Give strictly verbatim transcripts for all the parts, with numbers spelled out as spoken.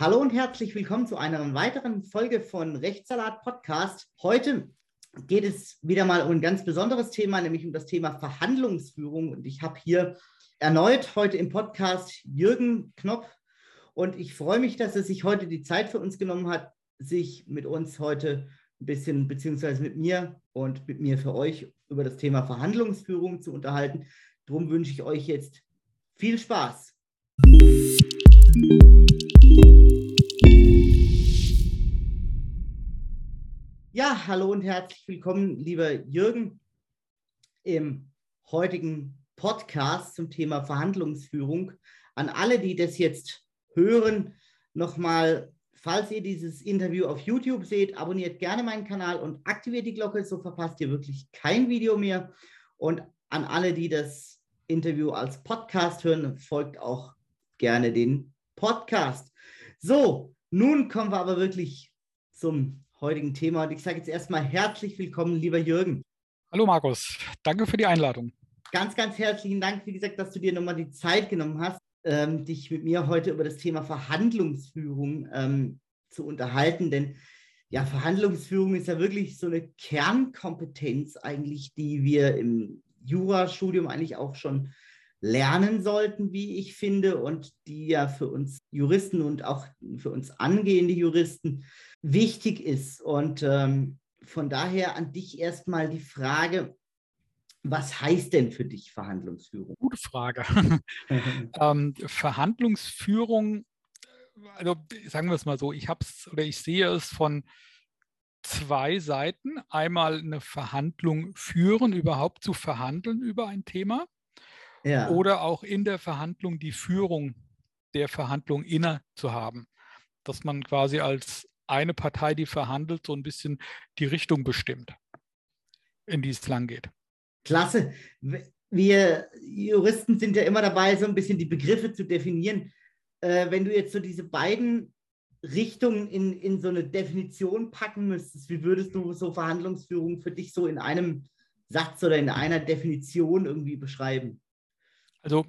Hallo und herzlich willkommen zu einer weiteren Folge von Rechtssalat Podcast. Heute geht es wieder mal um ein ganz besonderes Thema, nämlich um das Thema Verhandlungsführung. Und ich habe hier erneut heute im Podcast Jürgen Knopp. Und ich freue mich, dass er sich heute die Zeit für uns genommen hat, sich mit uns heute ein bisschen, beziehungsweise mit mir und mit mir für euch über das Thema Verhandlungsführung zu unterhalten. Darum wünsche ich euch jetzt viel Spaß. Ja, hallo und herzlich willkommen, lieber Jürgen, im heutigen Podcast zum Thema Verhandlungsführung. An alle, die das jetzt hören, nochmal, falls ihr dieses Interview auf YouTube seht, abonniert gerne meinen Kanal und aktiviert die Glocke, so verpasst ihr wirklich kein Video mehr. Und an alle, die das Interview als Podcast hören, folgt auch gerne den Podcast. So, nun kommen wir aber wirklich zum heutigen Thema. Und ich sage jetzt erstmal herzlich willkommen, lieber Jürgen. Hallo Markus, danke für die Einladung. Ganz, ganz herzlichen Dank, wie gesagt, dass du dir nochmal die Zeit genommen hast, ähm, dich mit mir heute über das Thema Verhandlungsführung ähm, zu unterhalten. Denn ja, Verhandlungsführung ist ja wirklich so eine Kernkompetenz eigentlich, die wir im Jurastudium eigentlich auch schon lernen sollten, wie ich finde, und die ja für uns Juristen und auch für uns angehende Juristen wichtig ist. Und ähm, von daher an dich erstmal die Frage, was heißt denn für dich Verhandlungsführung? Gute Frage. ähm, Verhandlungsführung, also sagen wir es mal so, ich habe es oder ich sehe es von zwei Seiten. Einmal eine Verhandlung führen, überhaupt zu verhandeln über ein Thema. Ja. Oder auch in der Verhandlung die Führung der Verhandlung inne zu haben. Dass man quasi als eine Partei, die verhandelt, so ein bisschen die Richtung bestimmt, in die es lang geht. Klasse. Wir Juristen sind ja immer dabei, so ein bisschen die Begriffe zu definieren. Äh, wenn du jetzt so diese beiden Richtungen in, in so eine Definition packen müsstest, wie würdest du so Verhandlungsführung für dich so in einem Satz oder in einer Definition irgendwie beschreiben? Also,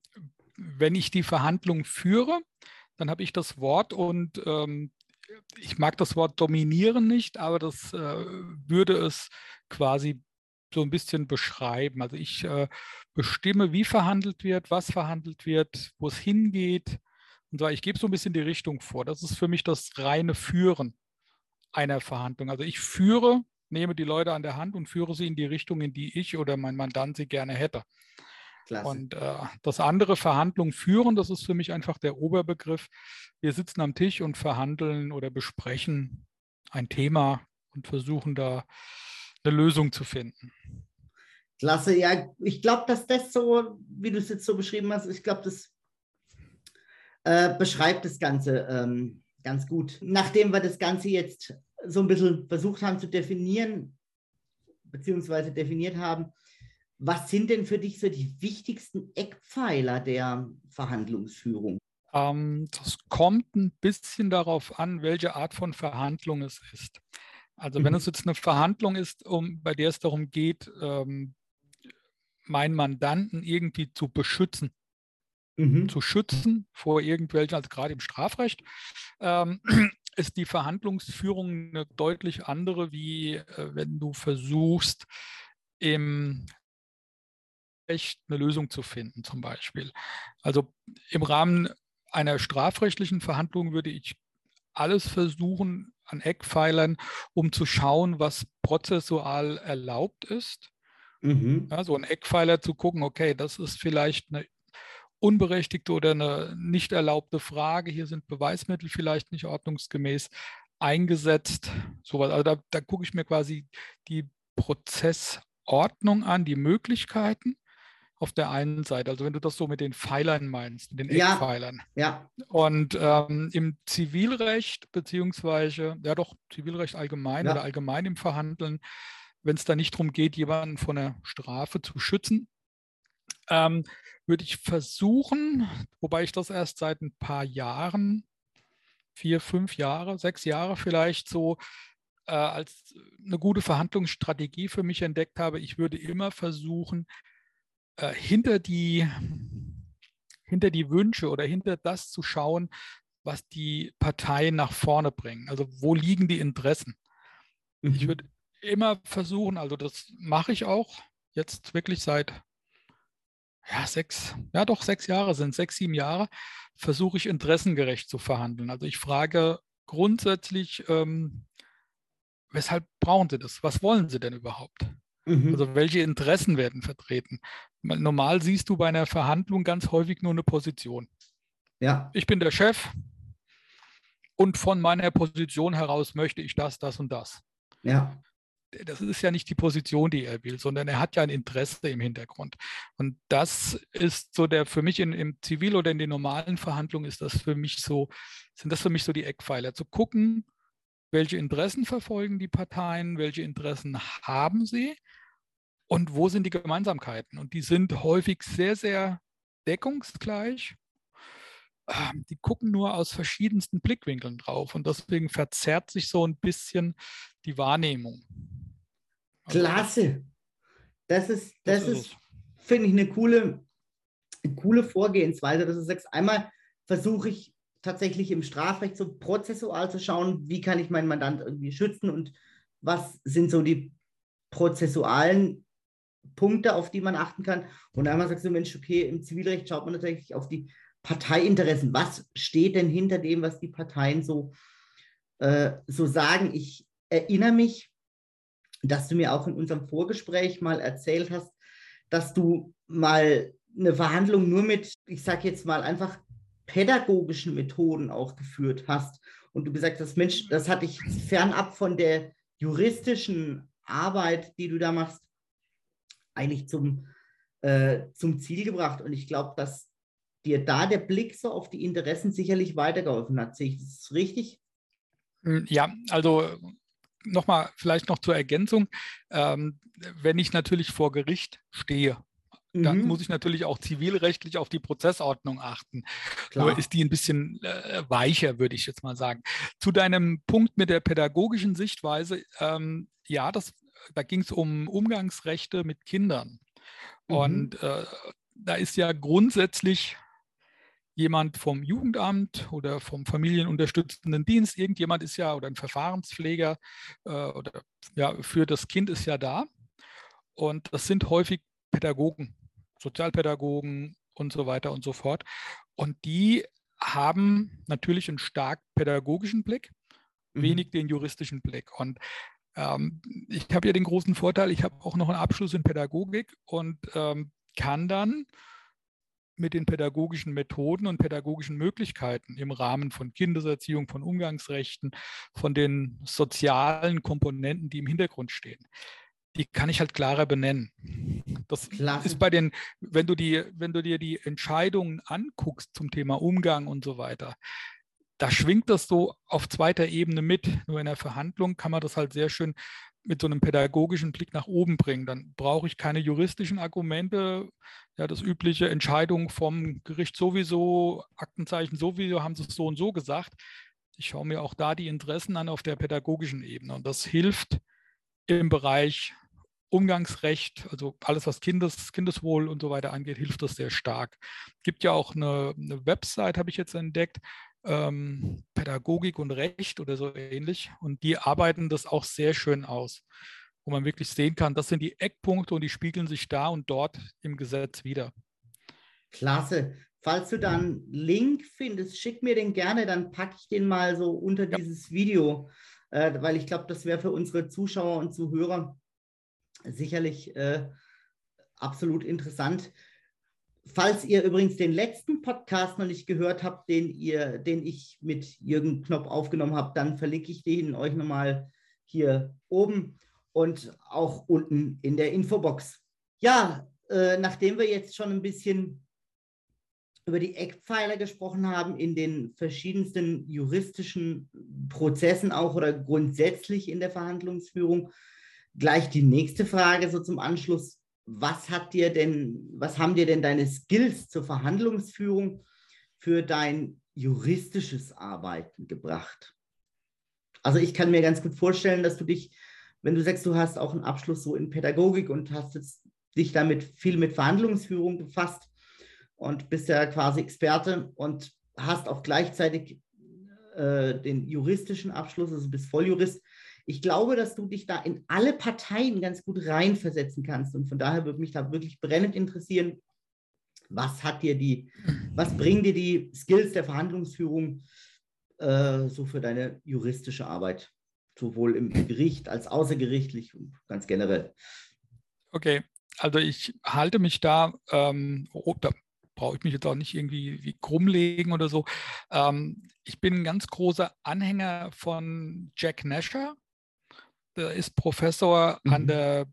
wenn ich die Verhandlung führe, dann habe ich das Wort und ähm, ich mag das Wort dominieren nicht, aber das äh, würde es quasi so ein bisschen beschreiben. Also ich äh, bestimme, wie verhandelt wird, was verhandelt wird, wo es hingeht. Und zwar, ich gebe so ein bisschen die Richtung vor. Das ist für mich das reine Führen einer Verhandlung. Also ich führe, nehme die Leute an der Hand und führe sie in die Richtung, in die ich oder mein Mandant sie gerne hätte. Klasse. Und äh, das andere, Verhandlung führen, das ist für mich einfach der Oberbegriff. Wir sitzen am Tisch und verhandeln oder besprechen ein Thema und versuchen da eine Lösung zu finden. Klasse, ja, ich glaube, dass das so, wie du es jetzt so beschrieben hast, ich glaube, das äh, beschreibt das Ganze ähm, ganz gut. Nachdem wir das Ganze jetzt so ein bisschen versucht haben zu definieren, beziehungsweise definiert haben, was sind denn für dich so die wichtigsten Eckpfeiler der Verhandlungsführung? Ähm, das kommt ein bisschen darauf an, welche Art von Verhandlung es ist. Also mhm. wenn es jetzt eine Verhandlung ist, um, bei der es darum geht, ähm, meinen Mandanten irgendwie zu beschützen, mhm. zu schützen vor irgendwelchen, also gerade im Strafrecht, ähm, ist die Verhandlungsführung eine deutlich andere, wie äh, wenn du versuchst, im Recht eine Lösung zu finden, zum Beispiel. Also im Rahmen einer strafrechtlichen Verhandlung würde ich alles versuchen an Eckpfeilern, um zu schauen, was prozessual erlaubt ist. Mhm. Ja, so ein Eckpfeiler zu gucken, okay, das ist vielleicht eine unberechtigte oder eine nicht erlaubte Frage. Hier sind Beweismittel vielleicht nicht ordnungsgemäß eingesetzt. Sowas. Also da, da gucke ich mir quasi die Prozessordnung an, die Möglichkeiten auf der einen Seite. Also wenn du das so mit den Pfeilern meinst, den ja, Eckpfeilern. Ja. Und ähm, im Zivilrecht, beziehungsweise, ja doch, Zivilrecht allgemein ja. oder allgemein im Verhandeln, wenn es da nicht darum geht, jemanden von einer Strafe zu schützen, ähm, würde ich versuchen, wobei ich das erst seit ein paar Jahren, vier, fünf Jahre, sechs Jahre vielleicht so äh, als eine gute Verhandlungsstrategie für mich entdeckt habe, ich würde immer versuchen, äh, hinter die, hinter die Wünsche oder hinter das zu schauen, was die Parteien nach vorne bringen. Also wo liegen die Interessen? Mhm. Ich würde immer versuchen, also das mache ich auch jetzt wirklich seit ja, sechs, ja doch sechs Jahre sind, sechs, sieben Jahre, versuche ich interessengerecht zu verhandeln. Also ich frage grundsätzlich, ähm, weshalb brauchen Sie das? Was wollen Sie denn überhaupt? Mhm. Also welche Interessen werden vertreten? Normal siehst du bei einer Verhandlung ganz häufig nur eine Position. Ja. Ich bin der Chef und von meiner Position heraus möchte ich das, das und das. Ja. Das ist ja nicht die Position, die er will, sondern er hat ja ein Interesse im Hintergrund. Und das ist so der, für mich in, im Zivil- oder in den normalen Verhandlungen ist das für mich so, sind das für mich so die Eckpfeiler, zu gucken, welche Interessen verfolgen die Parteien, welche Interessen haben sie und wo sind die Gemeinsamkeiten. Und die sind häufig sehr, sehr deckungsgleich. Die gucken nur aus verschiedensten Blickwinkeln drauf und deswegen verzerrt sich so ein bisschen die Wahrnehmung. Klasse. Das ist, das, das ist, ist finde ich, eine coole, eine coole Vorgehensweise, dass du sagst, einmal versuche ich tatsächlich im Strafrecht so prozessual zu schauen, wie kann ich meinen Mandant irgendwie schützen und was sind so die prozessualen Punkte, auf die man achten kann. Und einmal sagst du, Mensch, okay, im Zivilrecht schaut man natürlich auf die Parteiinteressen. Was steht denn hinter dem, was die Parteien so, äh, so sagen? Ich erinnere mich, dass du mir auch in unserem Vorgespräch mal erzählt hast, dass du mal eine Verhandlung nur mit, ich sage jetzt mal, einfach pädagogischen Methoden auch geführt hast. Und du gesagt hast, Mensch, das hat dich fernab von der juristischen Arbeit, die du da machst, eigentlich zum, äh, zum Ziel gebracht. Und ich glaube, dass dir da der Blick so auf die Interessen sicherlich weitergeholfen hat. Sehe ich das richtig? Ja, also nochmal vielleicht noch zur Ergänzung. Ähm, wenn ich natürlich vor Gericht stehe, mhm. dann muss ich natürlich auch zivilrechtlich auf die Prozessordnung achten. Klar. Nur ist die ein bisschen äh, weicher, würde ich jetzt mal sagen. Zu deinem Punkt mit der pädagogischen Sichtweise, ähm, ja, das, da ging es um Umgangsrechte mit Kindern. Mhm. Und äh, da ist ja grundsätzlich jemand vom Jugendamt oder vom familienunterstützenden Dienst, irgendjemand ist ja, oder ein Verfahrenspfleger äh, oder ja, für das Kind ist ja da. Und das sind häufig Pädagogen, Sozialpädagogen und so weiter und so fort. Und die haben natürlich einen stark pädagogischen Blick, mhm. wenig den juristischen Blick. Und ähm, ich habe ja den großen Vorteil, ich habe auch noch einen Abschluss in Pädagogik und ähm, kann dann mit den pädagogischen Methoden und pädagogischen Möglichkeiten im Rahmen von Kindeserziehung, von Umgangsrechten, von den sozialen Komponenten, die im Hintergrund stehen, die kann ich halt klarer benennen. Das Klasse. Ist bei den, wenn du die, wenn du dir die Entscheidungen anguckst zum Thema Umgang und so weiter, da schwingt das so auf zweiter Ebene mit. Nur in der Verhandlung kann man das halt sehr schön mit so einem pädagogischen Blick nach oben bringen. Dann brauche ich keine juristischen Argumente. Ja, das übliche Entscheidung vom Gericht sowieso, Aktenzeichen sowieso, haben sie es so und so gesagt. Ich schaue mir auch da die Interessen an auf der pädagogischen Ebene. Und das hilft im Bereich Umgangsrecht, also alles, was Kindes, Kindeswohl und so weiter angeht, hilft das sehr stark. Es gibt ja auch eine, eine Website, habe ich jetzt entdeckt, ähm, Pädagogik und Recht oder so ähnlich. Und die arbeiten das auch sehr schön aus, wo man wirklich sehen kann, das sind die Eckpunkte und die spiegeln sich da und dort im Gesetz wieder. Klasse. Falls du dann einen Link findest, schick mir den gerne, dann packe ich den mal so unter ja. dieses Video, äh, weil ich glaube, das wäre für unsere Zuschauer und Zuhörer sicherlich äh, absolut interessant. Falls ihr übrigens den letzten Podcast noch nicht gehört habt, den, ihr, den ich mit Jürgen Knopp aufgenommen habe, dann verlinke ich den euch nochmal hier oben und auch unten in der Infobox. Ja, äh, nachdem wir jetzt schon ein bisschen über die Eckpfeiler gesprochen haben, in den verschiedensten juristischen Prozessen auch oder grundsätzlich in der Verhandlungsführung, gleich die nächste Frage so zum Anschluss. Was hat dir denn, was haben dir denn deine Skills zur Verhandlungsführung für dein juristisches Arbeiten gebracht? Also ich kann mir ganz gut vorstellen, dass du dich, wenn du sagst, du hast auch einen Abschluss so in Pädagogik und hast jetzt dich damit viel mit Verhandlungsführung befasst und bist ja quasi Experte und hast auch gleichzeitig äh, den juristischen Abschluss, also bist Volljurist. Ich glaube, dass du dich da in alle Parteien ganz gut reinversetzen kannst. Und von daher würde mich da wirklich brennend interessieren, was hat dir die, was bringen dir die Skills der Verhandlungsführung äh, so für deine juristische Arbeit, sowohl im Gericht als außergerichtlich und ganz generell? Okay, also ich halte mich da, ähm, oh, da brauche ich mich jetzt auch nicht irgendwie wie krumm legen oder so. Ähm, ich bin ein ganz großer Anhänger von Jack Nasher. Der ist Professor mhm. an der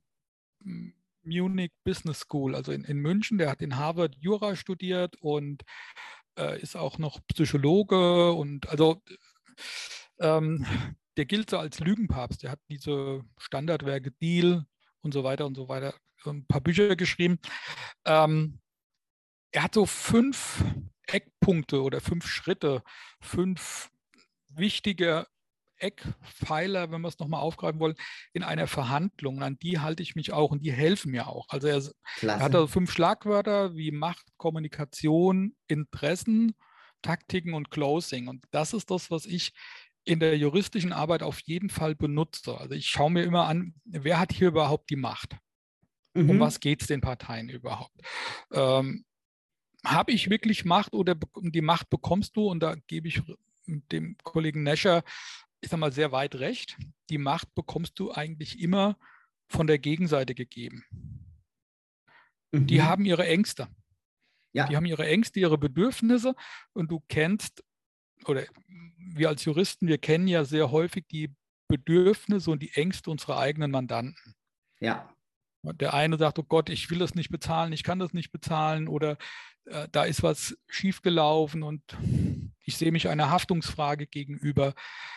Munich Business School, also in, in München. Der hat in Harvard Jura studiert und äh, ist auch noch Psychologe und also ähm, der gilt so als Lügenpapst. Der hat diese Standardwerke Deal und so weiter und so weiter, ein paar Bücher geschrieben. Ähm, er hat so fünf Eckpunkte oder fünf Schritte, fünf wichtige Eckpfeiler, wenn wir es nochmal aufgreifen wollen, in einer Verhandlung. An die halte ich mich auch und die helfen mir auch. Also er, er hat also fünf Schlagwörter wie Macht, Kommunikation, Interessen, Taktiken und Closing. Und das ist das, was ich in der juristischen Arbeit auf jeden Fall benutze. Also ich schaue mir immer an, wer hat hier überhaupt die Macht? Mhm. Um was geht es den Parteien überhaupt? Ähm, habe ich wirklich Macht oder die Macht bekommst du? Und da gebe ich dem Kollegen Nasher, ich sage mal, sehr weit recht. Die Macht bekommst du eigentlich immer von der Gegenseite gegeben. Mhm. Die haben ihre Ängste. Ja. Die haben ihre Ängste, ihre Bedürfnisse und du kennst, oder wir als Juristen, wir kennen ja sehr häufig die Bedürfnisse und die Ängste unserer eigenen Mandanten. Ja. Der eine sagt, oh Gott, ich will das nicht bezahlen, ich kann das nicht bezahlen oder äh, da ist was schiefgelaufen und ich sehe mich einer Haftungsfrage gegenüber.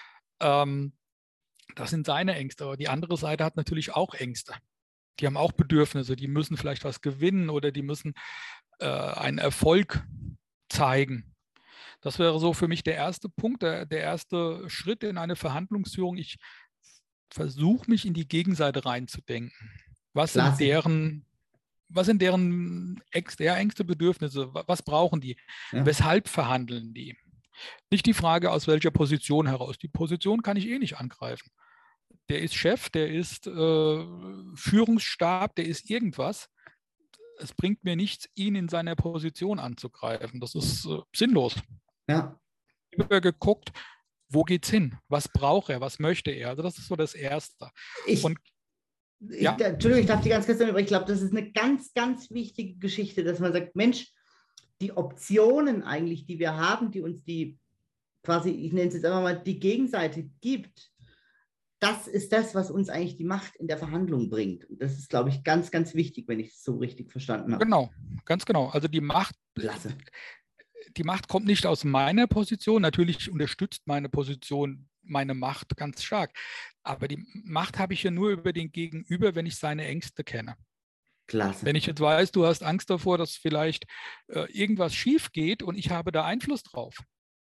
Ähm, das sind seine Ängste, aber die andere Seite hat natürlich auch Ängste. Die haben auch Bedürfnisse, die müssen vielleicht was gewinnen oder die müssen äh, einen Erfolg zeigen. Das wäre so für mich der erste Punkt, der, der erste Schritt in eine Verhandlungsführung. Ich versuche mich in die Gegenseite reinzudenken. Was sind deren, was sind deren Ängste, ja, Ängste, Bedürfnisse? Was brauchen die? Ja. Weshalb verhandeln die? Nicht die Frage, aus welcher Position heraus. Die Position kann ich eh nicht angreifen. Der ist Chef, der ist äh, Führungsstab, der ist irgendwas. Es bringt mir nichts, ihn in seiner Position anzugreifen. Das ist äh, sinnlos. Ja. Ich habe geguckt, wo geht's hin? Was braucht er? Was möchte er? Also das ist so das Erste. Ich, Und ich, ja? Entschuldigung, ich darf die ganz kurz sagen, aber ich glaube, das ist eine ganz, ganz wichtige Geschichte, dass man sagt, Mensch, die Optionen eigentlich, die wir haben, die uns die quasi, ich nenne es jetzt einfach mal, die Gegenseite gibt, das ist das, was uns eigentlich die Macht in der Verhandlung bringt. Und das ist, glaube ich, ganz, ganz wichtig, wenn ich es so richtig verstanden habe. Genau, ganz genau. Also die Macht, Klasse. Die Macht kommt nicht aus meiner Position. Natürlich unterstützt meine Position meine Macht ganz stark. Aber die Macht habe ich ja nur über den Gegenüber, wenn ich seine Ängste kenne. Klasse. Wenn ich jetzt weiß, du hast Angst davor, dass vielleicht äh, irgendwas schief geht und ich habe da Einfluss drauf,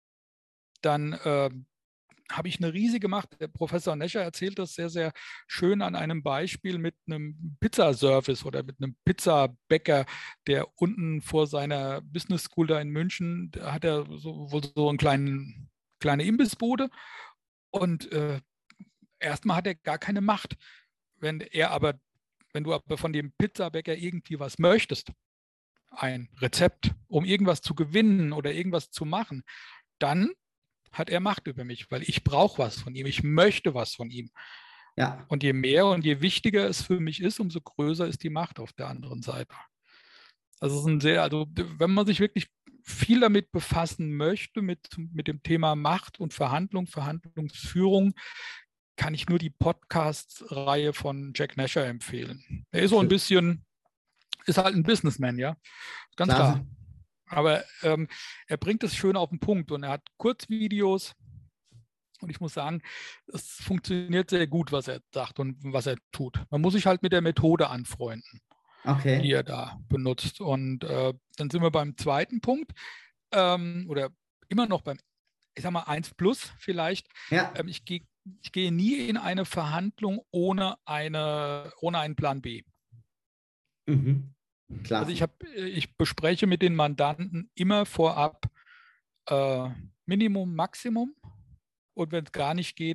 dann äh, habe ich eine riesige Macht. Der Professor Nasher erzählt das sehr, sehr schön an einem Beispiel mit einem Pizzaservice oder mit einem Pizzabäcker, der unten vor seiner Business School da in München, da hat er so, wohl so eine kleine, kleine Imbissbude und äh, erstmal hat er gar keine Macht. Wenn er aber, wenn du aber von dem Pizzabäcker irgendwie was möchtest, ein Rezept, um irgendwas zu gewinnen oder irgendwas zu machen, dann hat er Macht über mich, weil ich brauche was von ihm, ich möchte was von ihm. Ja. Und je mehr und je wichtiger es für mich ist, umso größer ist die Macht auf der anderen Seite. Also, es ist ein sehr, also wenn man sich wirklich viel damit befassen möchte, mit, mit dem Thema Macht und Verhandlung, Verhandlungsführung, kann ich nur die Podcast-Reihe von Jack Nasher empfehlen. Er ist so ein bisschen, ist halt ein Businessman, ja, ganz Klasse. klar. Aber ähm, er bringt es schön auf den Punkt und er hat Kurzvideos und ich muss sagen, es funktioniert sehr gut, was er sagt und was er tut. Man muss sich halt mit der Methode anfreunden, okay. die er da benutzt. Und äh, dann sind wir beim zweiten Punkt ähm, oder immer noch beim, ich sag mal, eins plus vielleicht. Ja. Ähm, ich, geh, ich gehe nie in eine Verhandlung ohne, eine, ohne einen Plan B. Mhm. Klasse. Also ich, hab, ich bespreche mit den Mandanten immer vorab äh, Minimum, Maximum. Und wenn es gar nicht geht,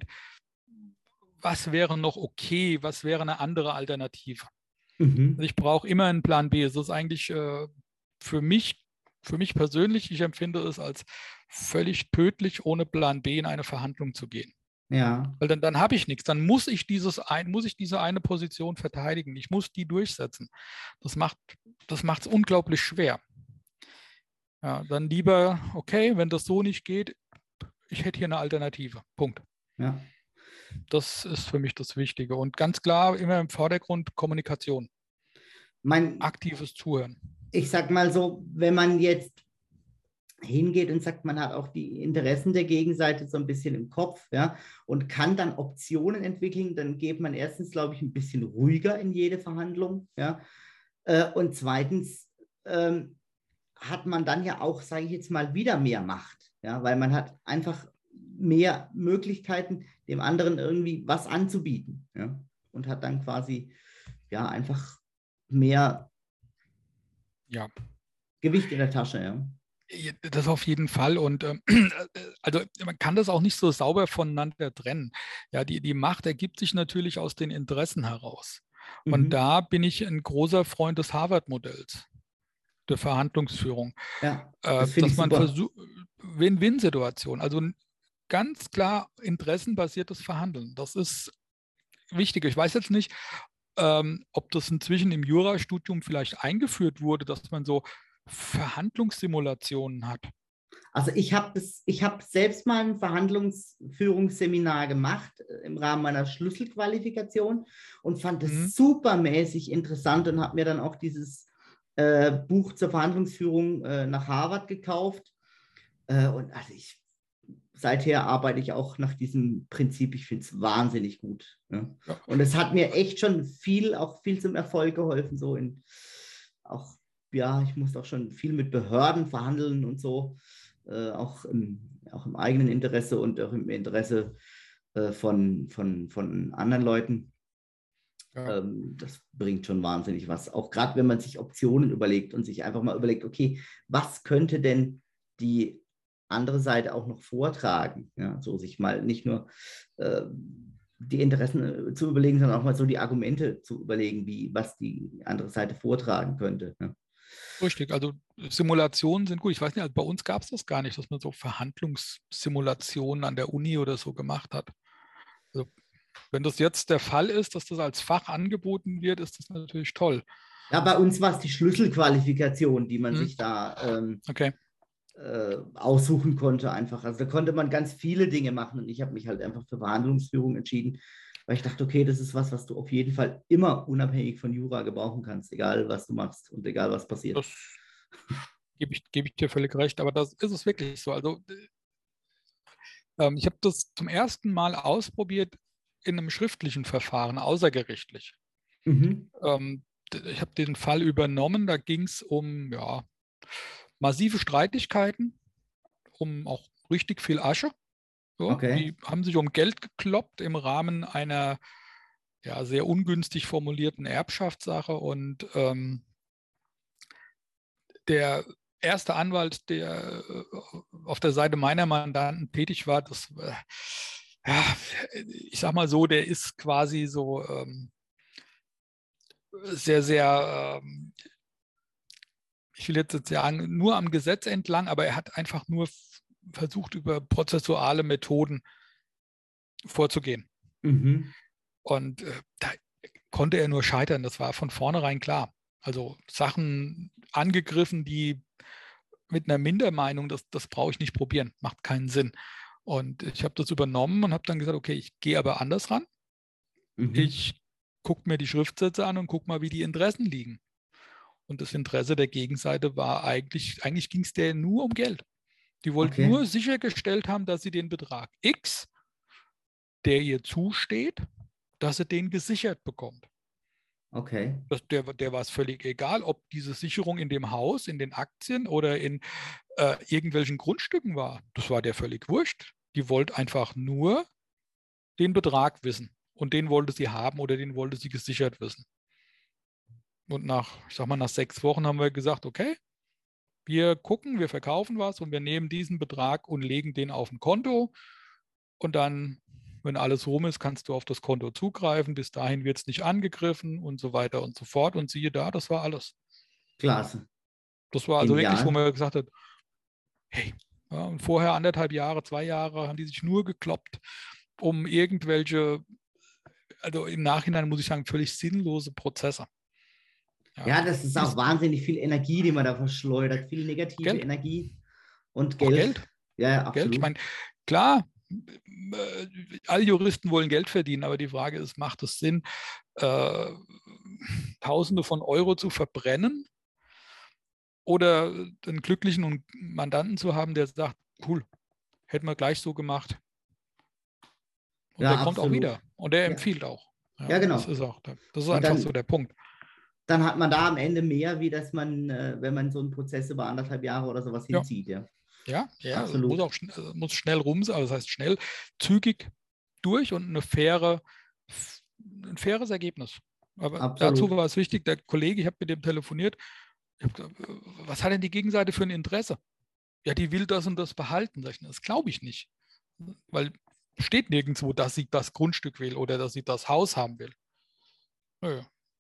was wäre noch okay? Was wäre eine andere Alternative? Mhm. Also ich brauche immer einen Plan B. Es ist eigentlich äh, für mich, für mich persönlich, ich empfinde es als völlig tödlich, ohne Plan B in eine Verhandlung zu gehen. Ja. Weil dann, dann habe ich nichts. Dann muss ich, dieses ein, muss ich diese eine Position verteidigen. Ich muss die durchsetzen. Das macht das macht es unglaublich schwer. Ja, dann lieber, okay, wenn das so nicht geht, ich hätte hier eine Alternative. Punkt. Ja. Das ist für mich das Wichtige. Und ganz klar immer im Vordergrund Kommunikation. Mein, Aktives Zuhören. ich sag mal so, wenn man jetzt hingeht und sagt, man hat auch die Interessen der Gegenseite so ein bisschen im Kopf, ja, und kann dann Optionen entwickeln, dann geht man erstens, glaube ich, ein bisschen ruhiger in jede Verhandlung, ja, äh, und zweitens ähm, hat man dann ja auch, sage ich jetzt mal, wieder mehr Macht, ja, weil man hat einfach mehr Möglichkeiten, dem anderen irgendwie was anzubieten, ja, und hat dann quasi, ja, einfach mehr Ja. Gewicht in der Tasche, ja. Das auf jeden Fall. Und ähm, also man kann das auch nicht so sauber voneinander trennen. Ja, die, die Macht ergibt sich natürlich aus den Interessen heraus. Und Mhm. da bin ich ein großer Freund des Harvard-Modells, der Verhandlungsführung. Ja, Äh, das finde dass ich man super. versucht, Win-Win-Situation, also ganz klar interessenbasiertes Verhandeln. Das ist wichtig. Ich weiß jetzt nicht, ähm, ob das inzwischen im Jurastudium vielleicht eingeführt wurde, dass man so Verhandlungssimulationen hat. Also ich habe ich habe selbst mal ein Verhandlungsführungsseminar gemacht äh, im Rahmen meiner Schlüsselqualifikation und fand Mhm. es supermäßig interessant und habe mir dann auch dieses äh, Buch zur Verhandlungsführung äh, nach Harvard gekauft. Äh, und also ich seither arbeite ich auch nach diesem Prinzip. Ich finde es wahnsinnig gut. Ja. Ja. Und es hat mir echt schon viel, auch viel zum Erfolg geholfen, so in auch, ja, ich musste auch schon viel mit Behörden verhandeln und so. Äh, auch, im, auch im eigenen Interesse und auch im Interesse äh, von, von, von anderen Leuten. Ja. Ähm, das bringt schon wahnsinnig was. Auch gerade wenn man sich Optionen überlegt und sich einfach mal überlegt, okay, was könnte denn die andere Seite auch noch vortragen? Ja, so sich mal nicht nur äh, die Interessen zu überlegen, sondern auch mal so die Argumente zu überlegen, wie was die andere Seite vortragen könnte. Ja. Richtig, also Simulationen sind gut. Ich weiß nicht, also bei uns gab es das gar nicht, dass man so Verhandlungssimulationen an der Uni oder so gemacht hat. Also, wenn das jetzt der Fall ist, dass das als Fach angeboten wird, ist das natürlich toll. Ja, bei uns war es die Schlüsselqualifikation, die man Hm, sich da ähm, okay. äh, aussuchen konnte einfach. Also da konnte man ganz viele Dinge machen und ich habe mich halt einfach für Verhandlungsführung entschieden, weil ich dachte, okay, das ist was, was du auf jeden Fall immer unabhängig von Jura gebrauchen kannst, egal was du machst und egal was passiert. Das gebe ich, gebe ich dir völlig recht, aber das ist es wirklich so. Also ähm, ich habe das zum ersten Mal ausprobiert in einem schriftlichen Verfahren, außergerichtlich. Mhm. Ähm, ich habe den Fall übernommen, da ging es um ja, massive Streitigkeiten, um auch richtig viel Asche. So, Okay. die haben sich um Geld gekloppt im Rahmen einer ja, sehr ungünstig formulierten Erbschaftssache und ähm, der erste Anwalt, der äh, auf der Seite meiner Mandanten tätig war, das, äh, ja, ich sag mal so, der ist quasi so ähm, sehr, sehr, ähm, ich will jetzt sagen, nur am Gesetz entlang, aber er hat einfach nur versucht, über prozessuale Methoden vorzugehen. Mhm. Und äh, da konnte er nur scheitern, das war von vornherein klar. Also Sachen angegriffen, die mit einer Mindermeinung, das, das brauche ich nicht probieren, macht keinen Sinn. Und ich habe das übernommen und habe dann gesagt, okay, ich gehe aber anders ran. Mhm. Ich gucke mir die Schriftsätze an und gucke mal, wie die Interessen liegen. Und das Interesse der Gegenseite war eigentlich, eigentlich ging es der nur um Geld. Die wollten Okay. nur sichergestellt haben, dass sie den Betrag X, der ihr zusteht, dass sie den gesichert bekommt. Okay. Das, der, der war es völlig egal, ob diese Sicherung in dem Haus, in den Aktien oder in äh, irgendwelchen Grundstücken war. Das war der völlig wurscht. Die wollte einfach nur den Betrag wissen. Und den wollte sie haben oder den wollte sie gesichert wissen. Und nach, ich sag mal, nach sechs Wochen haben wir gesagt, okay, wir gucken, wir verkaufen was und wir nehmen diesen Betrag und legen den auf ein Konto. Und dann, wenn alles rum ist, kannst du auf das Konto zugreifen. Bis dahin wird es nicht angegriffen und so weiter und so fort. Und siehe da, das war alles. Klasse. Das war also wirklich, wo Genial. man gesagt hat, hey, ja, und vorher anderthalb Jahre, zwei Jahre haben die sich nur gekloppt, um irgendwelche, also im Nachhinein muss ich sagen, völlig sinnlose Prozesse. Ja, Ja, das ist auch ist wahnsinnig viel Energie, die man da verschleudert, viel negative Geld, Energie und auch Geld. Geld, Ja, ja, Geld. Ich absolut. meine, klar, äh, alle Juristen wollen Geld verdienen, aber die Frage ist, macht es Sinn, äh, Tausende von Euro zu verbrennen oder einen glücklichen Mandanten zu haben, der sagt, cool, hätten wir gleich so gemacht. Und Ja, der kommt auch absolut. wieder und der Ja, empfiehlt auch. ja, Ja, das genau. ist auch, das ist Und einfach so dann, der Punkt. dann hat man da am Ende mehr, wie dass man, äh, wenn man so einen Prozess über anderthalb Jahre oder sowas Ja, hinzieht. Ja, ja, ja, muss absolut. auch schn muss schnell rum sein, also das heißt schnell, zügig durch und eine faire, ein faires Ergebnis. Aber dazu Absolut. war es wichtig, der Kollege, ich habe mit dem telefoniert, ich hab gesagt, was hat denn die Gegenseite für ein Interesse? Ja, die will das und das behalten. Das glaube ich nicht. Weil steht nirgendwo, dass sie das Grundstück will oder dass sie das Haus haben will. Nö.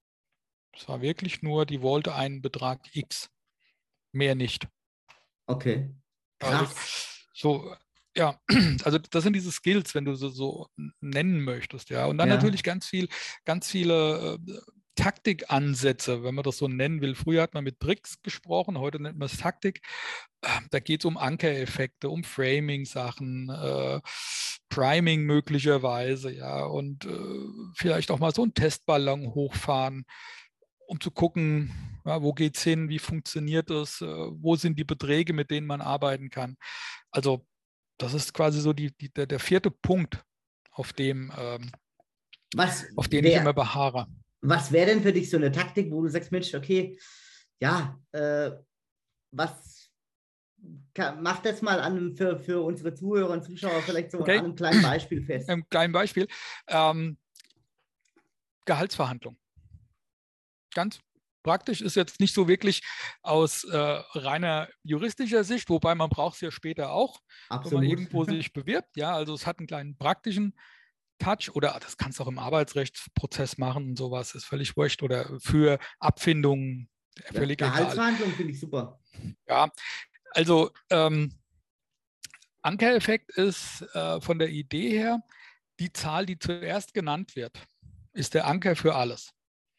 Es war wirklich nur, die wollte einen Betrag X, mehr nicht. Okay. Also Krass. so, ja, also das sind diese Skills, wenn du sie so nennen möchtest, ja. Und dann Ja, natürlich ganz viel, ganz viele äh, Taktikansätze, wenn man das so nennen will. Früher hat man mit Tricks gesprochen, heute nennt man es Taktik. Äh, da geht es um Ankereffekte, um Framing-Sachen, äh, Priming möglicherweise, ja, und äh, vielleicht auch mal so einen Testballon hochfahren, um zu gucken, ja, wo geht es hin, wie funktioniert es, äh, wo sind die Beträge, mit denen man arbeiten kann. Also das ist quasi so die, die, der, der vierte Punkt, auf dem, ähm, was auf den ich immer wäre beharre. was wär denn für dich so eine Taktik, wo du sagst, Mensch, okay, ja, äh, was kann, mach das mal an, für, für unsere Zuhörer und Zuschauer vielleicht so an Okay, einem kleinen Beispiel fest. ein kleines Beispiel. Ähm, Gehaltsverhandlung. Ganz praktisch, ist jetzt nicht so wirklich aus äh, reiner juristischer Sicht, wobei man braucht es ja später auch, wenn man Absolut. irgendwo sich bewirbt. Ja, also es hat einen kleinen praktischen Touch oder das kannst du auch im Arbeitsrechtsprozess machen und sowas, ist völlig wurscht oder für Abfindungen, Ja, völlig egal. Gehaltsverhandlung finde ich super. Ja, also ähm, Ankereffekt ist äh, von der Idee her, die Zahl, die zuerst genannt wird, ist der Anker für alles.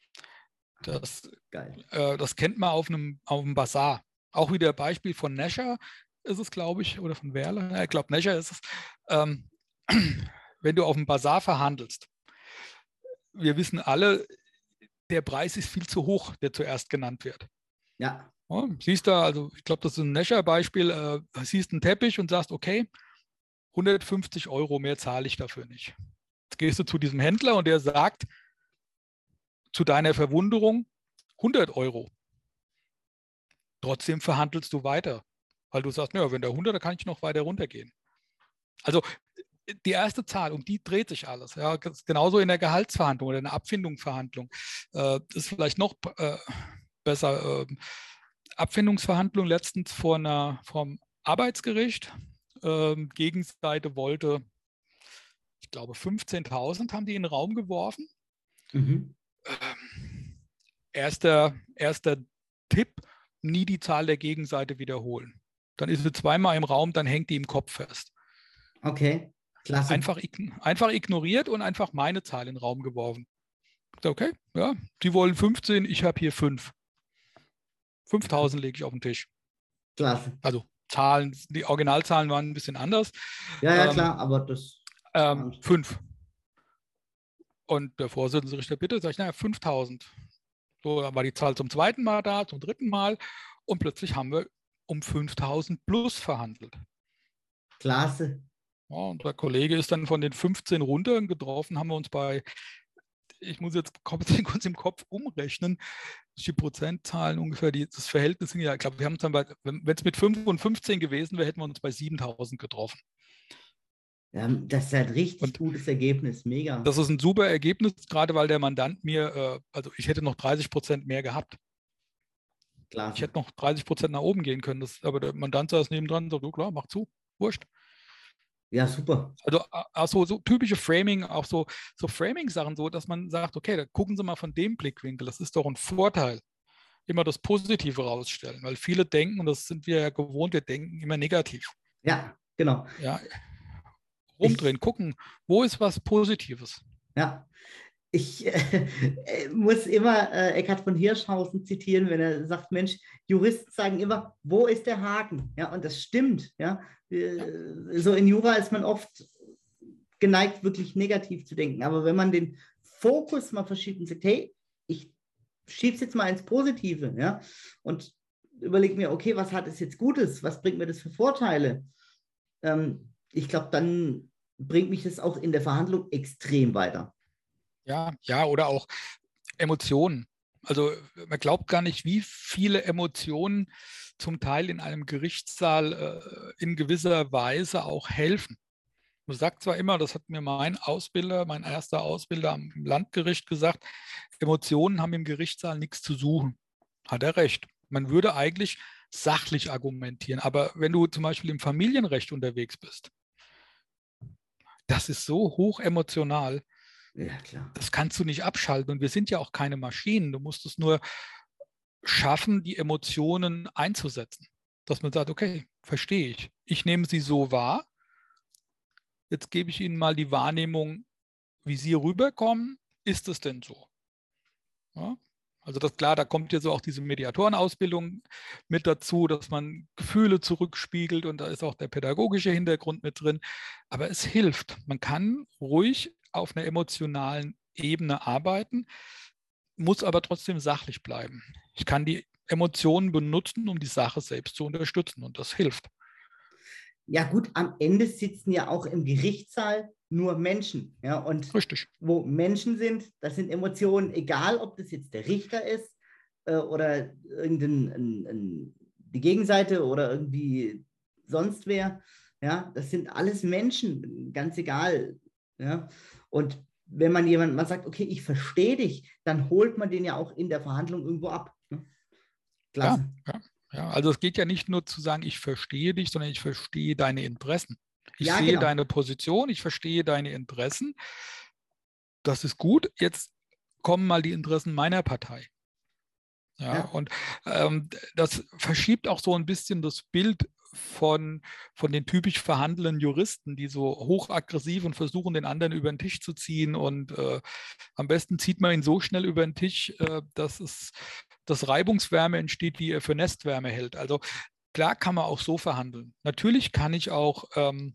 Das, Geil. äh, das kennt man auf einem, auf einem Basar. Auch wieder Beispiel von Nasher ist es, glaube ich, oder von Werle. Ja, ich glaube, Nasher ist es. Ähm, wenn du auf dem Basar verhandelst, wir wissen alle, der Preis ist viel zu hoch, der zuerst genannt wird. Ja, Ja, siehst da, also ich glaube, das ist ein Nasher-Beispiel, äh, siehst einen Teppich und sagst, okay, hundertfünfzig Euro mehr zahle ich dafür nicht. Jetzt gehst du zu diesem Händler und der sagt zu deiner Verwunderung hundert Euro. Trotzdem verhandelst du weiter, weil du sagst, naja, wenn der hundert, dann kann ich noch weiter runtergehen. Also die erste Zahl, um die dreht sich alles. Ja, genauso in der Gehaltsverhandlung oder in der Abfindungsverhandlung. Äh, das ist vielleicht noch äh, besser. Äh, Abfindungsverhandlung letztens vor einer, vom Arbeitsgericht. Ähm, Gegenseite wollte, ich glaube, fünfzehntausend haben die in den Raum geworfen. mhm. Ähm, erster, erster Tipp, nie die Zahl der Gegenseite wiederholen. Dann ist sie zweimal im Raum, dann hängt die im Kopf fest. Okay, klasse. Einfach, einfach ignoriert und einfach meine Zahl in den Raum geworfen. Okay, ja, die wollen fünfzehn, ich habe hier fünf. fünftausend lege ich auf den Tisch. Klasse. Also Zahlen, die Originalzahlen waren ein bisschen anders. Ja, ja, Ähm, klar, aber das. ähm, fünf. Und der Vorsitzende Richter, bitte, sag ich, naja, fünftausend. So, dann war die Zahl zum zweiten Mal da, zum dritten Mal. Und plötzlich haben wir um fünftausend plus verhandelt. Klasse. Ja, und der Kollege ist dann von den fünfzehn runter und getroffen, haben wir uns bei, ich muss jetzt kurz im Kopf umrechnen, die Prozentzahlen ungefähr, die, das Verhältnis sind ja, ich glaube, wir haben uns dann bei, wenn es mit fünf und fünfzehn gewesen wäre, hätten wir uns bei siebentausend getroffen. Ja, das ist ein richtig Und gutes Ergebnis. Mega. das ist ein super Ergebnis, gerade weil der Mandant mir, äh, also ich hätte noch dreißig Prozent mehr gehabt. Ich Klasse. hätte noch dreißig Prozent nach oben gehen können, das, aber der Mandant saß nebendran und sagt, oh, klar, mach zu, wurscht. Ja, super. Also auch so, so typische Framing, auch so, so Framing-Sachen, so, dass man sagt, okay, da gucken Sie mal von dem Blickwinkel, das ist doch ein Vorteil. Immer das Positive rausstellen, weil viele denken, und das sind wir ja gewohnt, wir denken immer negativ. Ja, genau. Ja, Ich, rumdrehen, gucken, wo ist was Positives. ja, ich äh, muss immer äh, Eckhard von Hirschhausen zitieren, wenn er sagt, Mensch, Juristen sagen immer, wo ist der Haken? Ja, und das stimmt. Ja, Ja, äh, so in Jura ist man oft geneigt, wirklich negativ zu denken. Aber wenn man den Fokus mal verschiebt und sagt, hey, ich schiebe es jetzt mal ins Positive, ja, und überlege mir, okay, was hat es jetzt Gutes? Was bringt mir das für Vorteile? Ähm, ich glaube, dann bringt mich das auch in der Verhandlung extrem weiter. ja, ja, oder auch Emotionen. Also man glaubt gar nicht, wie viele Emotionen zum Teil in einem Gerichtssaal äh, in gewisser Weise auch helfen. Man sagt zwar immer, das hat mir mein Ausbilder, mein erster Ausbilder am Landgericht gesagt, Emotionen haben im Gerichtssaal nichts zu suchen. Hat er recht. Man würde eigentlich sachlich argumentieren. Aber wenn du zum Beispiel im Familienrecht unterwegs bist, das ist so hoch emotional, Ja, klar. das kannst du nicht abschalten. Und wir sind ja auch keine Maschinen. Du musst es nur schaffen, die Emotionen einzusetzen. Dass man sagt, okay, verstehe ich. Ich nehme sie so wahr. Jetzt gebe ich Ihnen mal die Wahrnehmung, wie Sie rüberkommen. Ist es denn so? Ja? Also das klar, da kommt ja so auch diese Mediatorenausbildung mit dazu, dass man Gefühle zurückspiegelt und da ist auch der pädagogische Hintergrund mit drin. Aber es hilft. Man kann ruhig auf einer emotionalen Ebene arbeiten, muss aber trotzdem sachlich bleiben. Ich kann die Emotionen benutzen, um die Sache selbst zu unterstützen und das hilft. Ja, gut, am Ende sitzen ja auch im Gerichtssaal nur Menschen. Ja, und Richtig. wo Menschen sind, das sind Emotionen, egal ob das jetzt der Richter ist äh, oder irgendein, ein, ein, die Gegenseite oder irgendwie sonst wer. Ja, das sind alles Menschen, ganz egal. Ja, und wenn man jemand mal sagt, okay, ich verstehe dich, dann holt man den ja auch in der Verhandlung irgendwo ab. Ne? Ja, Klasse. ja, ja. Also es geht ja nicht nur zu sagen, ich verstehe dich, sondern ich verstehe deine Interessen. Ich Ja, sehe genau. deine Position, ich verstehe deine Interessen. Das ist gut. Jetzt kommen mal die Interessen meiner Partei. Ja, Ja, und ähm, das verschiebt auch so ein bisschen das Bild von, von den typisch verhandelnden Juristen, die so hochaggressiv und versuchen, den anderen über den Tisch zu ziehen. Und äh, am besten zieht man ihn so schnell über den Tisch, äh, dass es dass Reibungswärme entsteht, die er für Nestwärme hält. Also klar kann man auch so verhandeln. Natürlich kann ich auch ähm,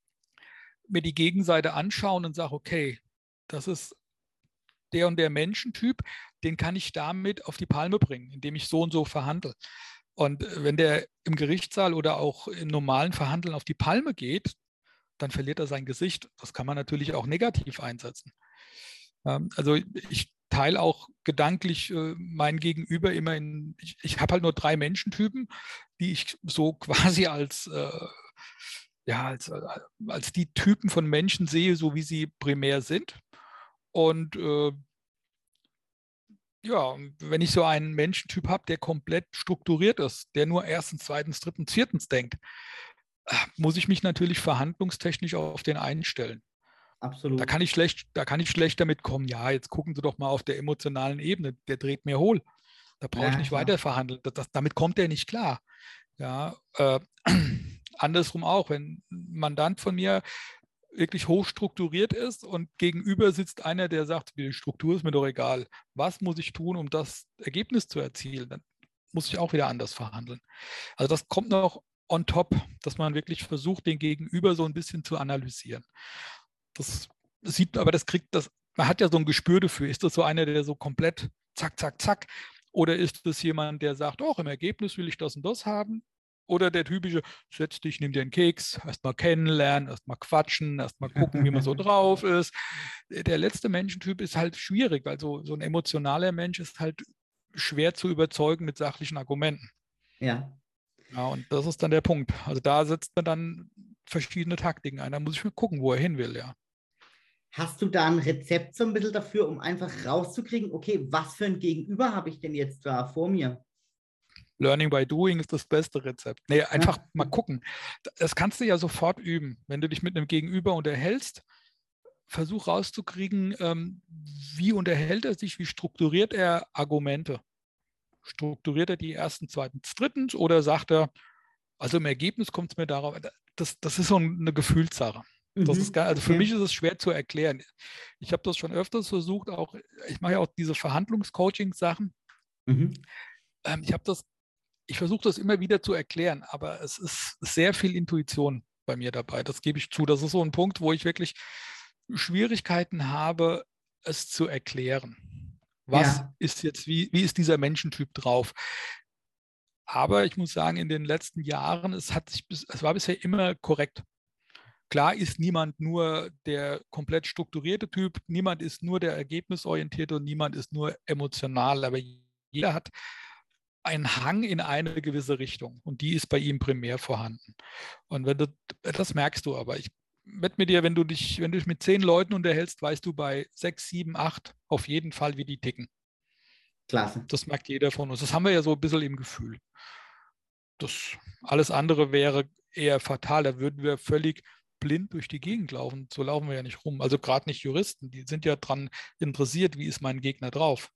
mir die Gegenseite anschauen und sage, okay, das ist der und der Menschentyp, den kann ich damit auf die Palme bringen, indem ich so und so verhandle. Und wenn der im Gerichtssaal oder auch im normalen Verhandeln auf die Palme geht, dann verliert er sein Gesicht. Das kann man natürlich auch negativ einsetzen. Ähm, also ich teile auch gedanklich äh, mein Gegenüber immer in, ich, ich habe halt nur drei Menschentypen, die ich so quasi als, äh, ja, als, äh, als die Typen von Menschen sehe, so wie sie primär sind. Und äh, ja, wenn ich so einen Menschentyp habe, der komplett strukturiert ist, der nur erstens, zweitens, drittens, viertens denkt, äh, muss ich mich natürlich verhandlungstechnisch auf den einstellen. Da absolut. kann ich schlecht, da kann ich schlecht damit kommen, ja, jetzt gucken Sie doch mal auf der emotionalen Ebene, der dreht mir hohl. Da brauche ich Ja, nicht klar. weiter verhandeln. Das, das, damit kommt er nicht klar. Ja, äh, andersrum auch, wenn ein Mandant von mir wirklich hoch strukturiert ist und gegenüber sitzt einer, der sagt, die Struktur ist mir doch egal. Was muss ich tun, um das Ergebnis zu erzielen? Dann muss ich auch wieder anders verhandeln. Also das kommt noch on top, dass man wirklich versucht, den Gegenüber so ein bisschen zu analysieren. Das sieht man, aber das kriegt das, man hat ja so ein Gespür dafür. Ist das so einer, der so komplett zack, zack, zack? Oder ist das jemand, der sagt, auch im Ergebnis will ich das und das haben? Oder der typische, setz dich, nimm dir einen Keks, erstmal kennenlernen, erstmal quatschen, erstmal gucken, wie man so drauf ist. Der letzte Menschentyp ist halt schwierig, weil so, so ein emotionaler Mensch ist halt schwer zu überzeugen mit sachlichen Argumenten. Ja. Ja, und das ist dann der Punkt. Also da setzt man dann verschiedene Taktiken ein. Da muss ich mal gucken, wo er hin will, ja. Hast du da ein Rezept so ein bisschen dafür, um einfach rauszukriegen, okay, was für ein Gegenüber habe ich denn jetzt da vor mir? Learning by doing ist das beste Rezept. Nee, einfach ja. mal gucken. Das kannst du ja sofort üben. Wenn du dich mit einem Gegenüber unterhältst, versuch rauszukriegen, ähm, wie unterhält er sich, wie strukturiert er Argumente. Strukturiert er die ersten, zweitens, drittens oder sagt er, also im Ergebnis kommt es mir darauf, das, das ist so eine Gefühlssache. Das Mhm. ist gar, also für Okay. mich ist es schwer zu erklären. Ich habe das schon öfters versucht, auch ich mache ja auch diese Verhandlungscoaching-Sachen. Mhm. Ähm, ich habe das, ich versuche das immer wieder zu erklären, aber es ist sehr viel Intuition bei mir dabei. Das gebe ich zu. Das ist so ein Punkt, wo ich wirklich Schwierigkeiten habe, es zu erklären. Was Ja. ist jetzt, wie, wie ist dieser Menschentyp drauf? Aber ich muss sagen, in den letzten Jahren, es hat sich, es war bisher immer korrekt. Klar ist niemand nur der komplett strukturierte Typ, niemand ist nur der ergebnisorientierte und niemand ist nur emotional, aber jeder hat einen Hang in eine gewisse Richtung und die ist bei ihm primär vorhanden. Und wenn du, das merkst du aber. Ich wette mit dir, wenn du dich, wenn du dich mit zehn Leuten unterhältst, weißt du bei sechs, sieben, acht auf jeden Fall, wie die ticken. Klasse. Das merkt jeder von uns. Das haben wir ja so ein bisschen im Gefühl. Das alles andere wäre eher fatal. Da würden wir völlig blind durch die Gegend laufen. So laufen wir ja nicht rum. Also gerade nicht Juristen. Die sind ja daran interessiert, wie ist mein Gegner drauf.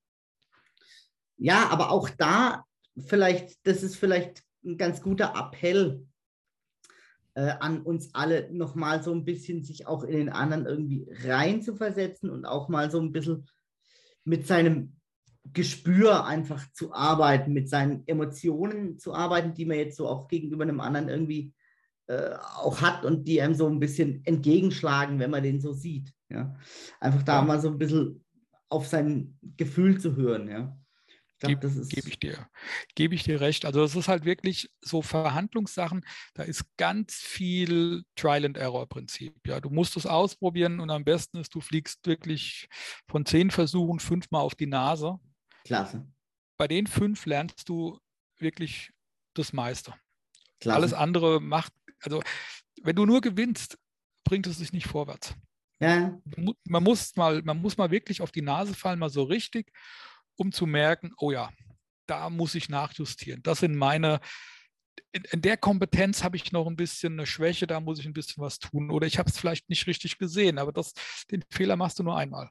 Ja, aber auch da vielleicht, das ist vielleicht ein ganz guter Appell äh, an uns alle, nochmal so ein bisschen sich auch in den anderen irgendwie reinzuversetzen und auch mal so ein bisschen mit seinem Gespür einfach zu arbeiten, mit seinen Emotionen zu arbeiten, die man jetzt so auch gegenüber einem anderen irgendwie äh, auch hat und die einem so ein bisschen entgegenschlagen, wenn man den so sieht. Ja? Einfach da Ja. mal so ein bisschen auf sein Gefühl zu hören. Ja? Ich glaube, Gebe das ist... geb ich dir, gebe ich dir recht. Also es ist halt wirklich so Verhandlungssachen, da ist ganz viel Trial-and-Error-Prinzip. Ja, du musst es ausprobieren und am besten ist, du fliegst wirklich von zehn Versuchen fünfmal auf die Nase. Klasse. Bei den fünf lernst du wirklich das meiste. Klasse. Alles andere macht, also wenn du nur gewinnst, bringt es sich nicht vorwärts. Ja. Man muss mal, man muss mal wirklich auf die Nase fallen, mal so richtig, um zu merken, oh ja, da muss ich nachjustieren. Das sind meine, in, in der Kompetenz habe ich noch ein bisschen eine Schwäche, da muss ich ein bisschen was tun. Oder ich habe es vielleicht nicht richtig gesehen, aber das, den Fehler machst du nur einmal.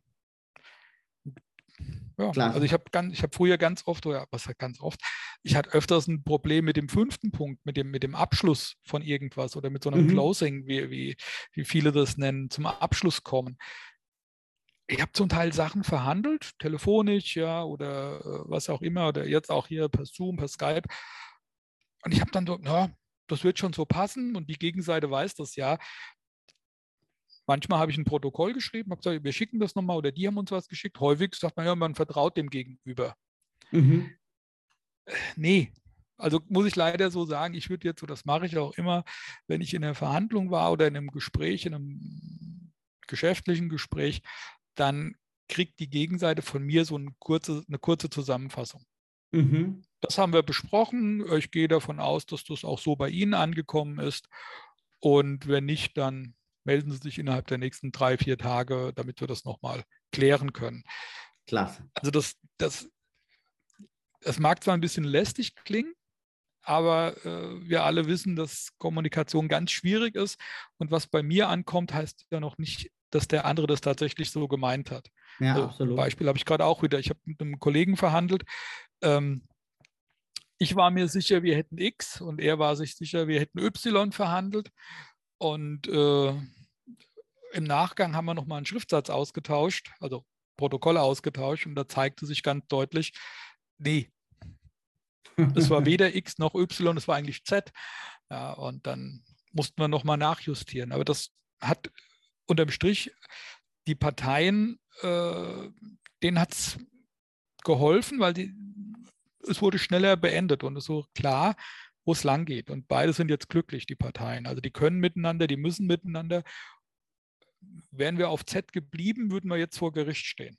Ja, Klasse. also ich habe ich hab früher ganz oft, oder was heißt ganz oft, ich hatte öfters ein Problem mit dem fünften Punkt, mit dem, mit dem Abschluss von irgendwas oder mit so einem Mhm. Closing, wie, wie, wie viele das nennen, zum Abschluss kommen. Ich habe zum Teil Sachen verhandelt, telefonisch, ja, oder äh, was auch immer, oder jetzt auch hier per Zoom, per Skype. Und ich habe dann so, na, das wird schon so passen und die Gegenseite weiß das ja. Manchmal habe ich ein Protokoll geschrieben, habe gesagt, wir schicken das nochmal oder die haben uns was geschickt. Häufig sagt man ja, man vertraut dem Gegenüber. Mhm. Nee, also muss ich leider so sagen, ich würde jetzt, so das mache ich auch immer, wenn ich in einer Verhandlung war oder in einem Gespräch, in einem geschäftlichen Gespräch, dann kriegt die Gegenseite von mir so eine kurze, eine kurze Zusammenfassung. Mhm. Das haben wir besprochen. Ich gehe davon aus, dass das auch so bei Ihnen angekommen ist. Und wenn nicht, dann melden Sie sich innerhalb der nächsten drei, vier Tage, damit wir das nochmal klären können. Klasse. Also das, das, das mag zwar ein bisschen lästig klingen, aber äh, wir alle wissen, dass Kommunikation ganz schwierig ist. Und was bei mir ankommt, heißt ja noch nicht, dass der andere das tatsächlich so gemeint hat. Ja, Also absolut. Beispiel habe ich gerade auch wieder. Ich habe mit einem Kollegen verhandelt. Ähm, ich war mir sicher, wir hätten X und er war sich sicher, wir hätten Y verhandelt. Und äh, im Nachgang haben wir nochmal einen Schriftsatz ausgetauscht, also Protokolle ausgetauscht. Und da zeigte sich ganz deutlich, nee, es war weder X noch Y, es war eigentlich Z. Ja, und dann mussten wir nochmal nachjustieren. Aber das hat unterm Strich die Parteien, äh, denen hat es geholfen, weil die, es wurde schneller beendet und es so klar, wo es lang geht. Und beide sind jetzt glücklich, die Parteien. Also die können miteinander, die müssen miteinander. Wären wir auf Z geblieben, würden wir jetzt vor Gericht stehen.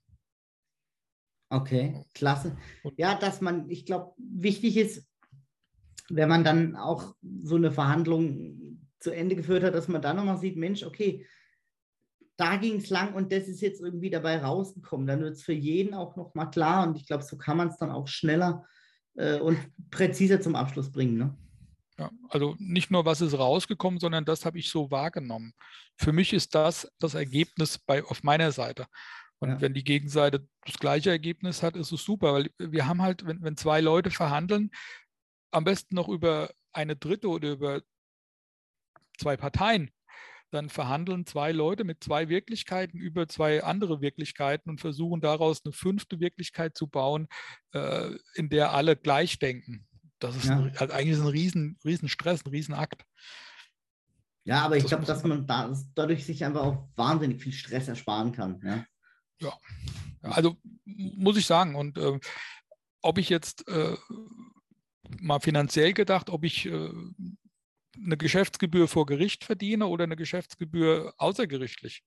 Okay, klasse. Und Ja, dass man, ich glaube, wichtig ist, wenn man dann auch so eine Verhandlung zu Ende geführt hat, dass man dann nochmal sieht, Mensch, okay, da ging es lang und das ist jetzt irgendwie dabei rausgekommen. Dann wird es für jeden auch nochmal klar und ich glaube, so kann man es dann auch schneller äh, und präziser zum Abschluss bringen. Ne? Ja, also nicht nur, was ist rausgekommen, sondern das habe ich so wahrgenommen. Für mich ist das das Ergebnis bei, auf meiner Seite. Und Ja. wenn die Gegenseite das gleiche Ergebnis hat, ist es super, weil wir haben halt, wenn, wenn zwei Leute verhandeln, am besten noch über eine dritte oder über zwei Parteien, dann verhandeln zwei Leute mit zwei Wirklichkeiten über zwei andere Wirklichkeiten und versuchen daraus eine fünfte Wirklichkeit zu bauen, äh, in der alle gleich denken. Das ist Ja. ein, also eigentlich ist ein riesen, riesen Stress, ein Riesenakt. Ja, aber ich Das glaube, muss dass man da, dadurch sich einfach auch wahnsinnig viel Stress ersparen kann. Ja, ja. Also muss ich sagen. Und äh, ob ich jetzt äh, mal finanziell gedacht, ob ich äh, eine Geschäftsgebühr vor Gericht verdiene oder eine Geschäftsgebühr außergerichtlich.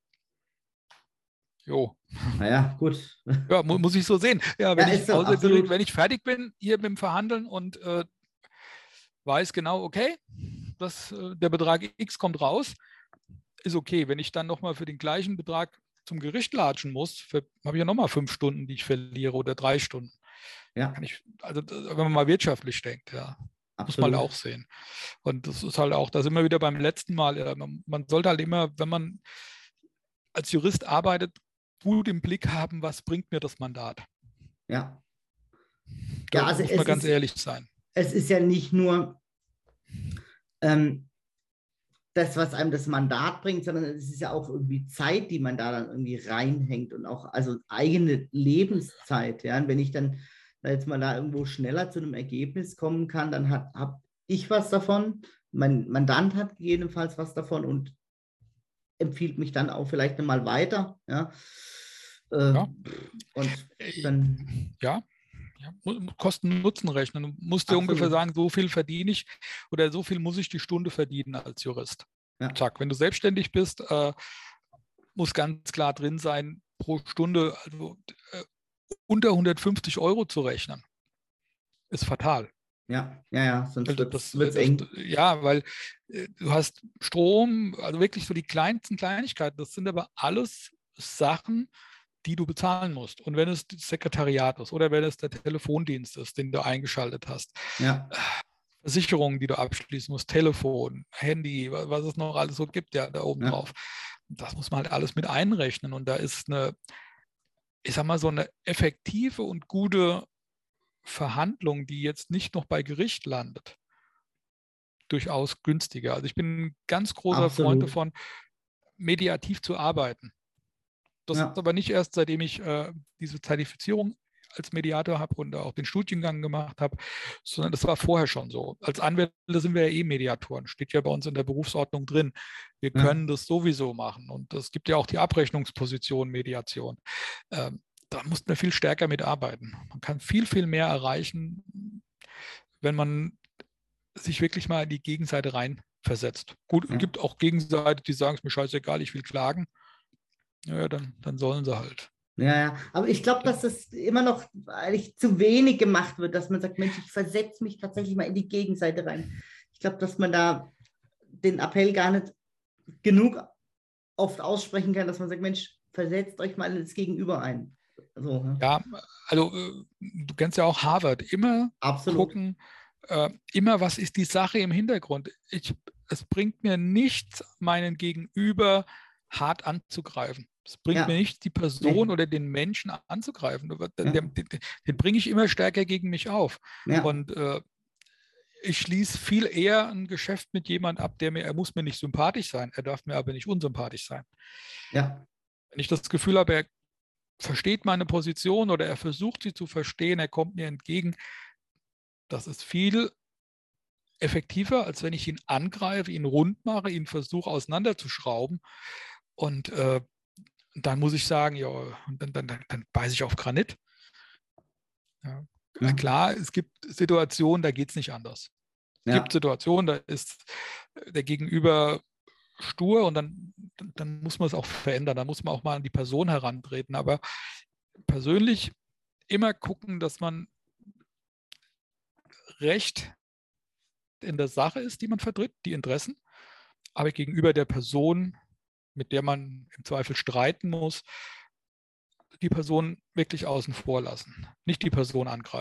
Jo. naja, gut. Ja, mu muss ich so sehen. Ja, wenn Ja, ich ist so, außergerichtlich, absolut. wenn ich fertig bin hier mit dem Verhandeln und äh, weiß genau, okay, das, äh, der Betrag X kommt raus, ist okay. Wenn ich dann nochmal für den gleichen Betrag zum Gericht latschen muss, habe ich ja nochmal fünf Stunden, die ich verliere oder drei Stunden. Ja, Kann ich, also wenn man mal wirtschaftlich denkt, ja, muss man absolut. auch sehen. Und das ist halt auch, da sind wir wieder beim letzten Mal. Ja, man, man sollte halt immer, wenn man als Jurist arbeitet, gut im Blick haben, was bringt mir das Mandat. Ja. Da Ja, also muss es man ganz ist, ehrlich sein. es ist ja nicht nur ähm, das, was einem das Mandat bringt, sondern es ist ja auch irgendwie Zeit, die man da dann irgendwie reinhängt und auch also eigene Lebenszeit. Ja? Und wenn ich dann da jetzt mal da irgendwo schneller zu einem Ergebnis kommen kann, dann habe ich was davon, mein Mandant hat gegebenenfalls was davon und empfiehlt mich dann auch vielleicht nochmal weiter. Ja? Äh, Ja. und Äh, dann. Ja, ja, Kosten-Nutzen rechnen. Du musst dir ungefähr Absolut. sagen, so viel verdiene ich oder so viel muss ich die Stunde verdienen als Jurist. Ja. Zack, wenn du selbstständig bist, äh, muss ganz klar drin sein, pro Stunde also, äh, unter hundertfünfzig Euro zu rechnen. Ist fatal. Ja, ja, ja, sonst Also wird das, es das, eng. ja, weil äh, du hast Strom, also wirklich so die kleinsten Kleinigkeiten. Das sind aber alles Sachen, die du bezahlen musst. Und wenn es das Sekretariat ist oder wenn es der Telefondienst ist, den du eingeschaltet hast, Ja, Versicherungen, die du abschließen musst, Telefon, Handy, was es noch alles so gibt, ja, da oben ja, drauf. Das muss man halt alles mit einrechnen. Und da ist eine, ich sag mal, so eine effektive und gute Verhandlung, die jetzt nicht noch bei Gericht landet, durchaus günstiger. Also ich bin ein ganz großer Freund absolut. davon, mediativ zu arbeiten. Das ist Ja, aber nicht erst, seitdem ich äh, diese Zertifizierung als Mediator habe und auch den Studiengang gemacht habe, sondern das war vorher schon so. Als Anwälte sind wir ja eh Mediatoren, steht ja bei uns in der Berufsordnung drin. Wir ja, können das sowieso machen und es gibt ja auch die Abrechnungsposition Mediation. Ähm, da muss man viel stärker mitarbeiten. Man kann viel, viel mehr erreichen, wenn man sich wirklich mal in die Gegenseite reinversetzt. Gut, es ja. gibt auch Gegenseite, die sagen, es ist mir scheißegal, ich will klagen. Ja, dann, dann sollen sie halt. Ja, ja. Aber ich glaube, dass das immer noch eigentlich zu wenig gemacht wird, dass man sagt, Mensch, ich versetze mich tatsächlich mal in die Gegenseite rein. Ich glaube, dass man da den Appell gar nicht genug oft aussprechen kann, dass man sagt, Mensch, versetzt euch mal ins Gegenüber ein. So, ne? Ja, also du kennst ja auch Harvard. Immer Absolut. gucken, äh, immer was ist die Sache im Hintergrund. Ich, es bringt mir nichts, meinen Gegenüber hart anzugreifen. Es bringt mir Ja, nichts, die Person nee, oder den Menschen anzugreifen. Den, ja, den, den bringe ich immer stärker gegen mich auf. ja, Und äh, ich schließe viel eher ein Geschäft mit jemandem ab, der mir, er muss mir nicht sympathisch sein, er darf mir aber nicht unsympathisch sein. ja, Wenn ich das Gefühl habe, er versteht meine Position oder er versucht sie zu verstehen, er kommt mir entgegen, das ist viel effektiver, als wenn ich ihn angreife, ihn rund mache, ihn versuche auseinanderzuschrauben. Und äh, dann muss ich sagen, ja, dann, dann, dann, dann beiße ich auf Granit. Ja. ja, Klar, es gibt Situationen, da geht es nicht anders. Es gibt ja, Situationen, da ist der Gegenüber stur und dann, dann muss man es auch verändern. Dann muss man auch mal an die Person herantreten. Aber persönlich immer gucken, dass man recht in der Sache ist, die man vertritt, die Interessen, aber gegenüber der Person, mit der man im Zweifel streiten muss, die Person wirklich außen vor lassen, nicht die Person angreifen.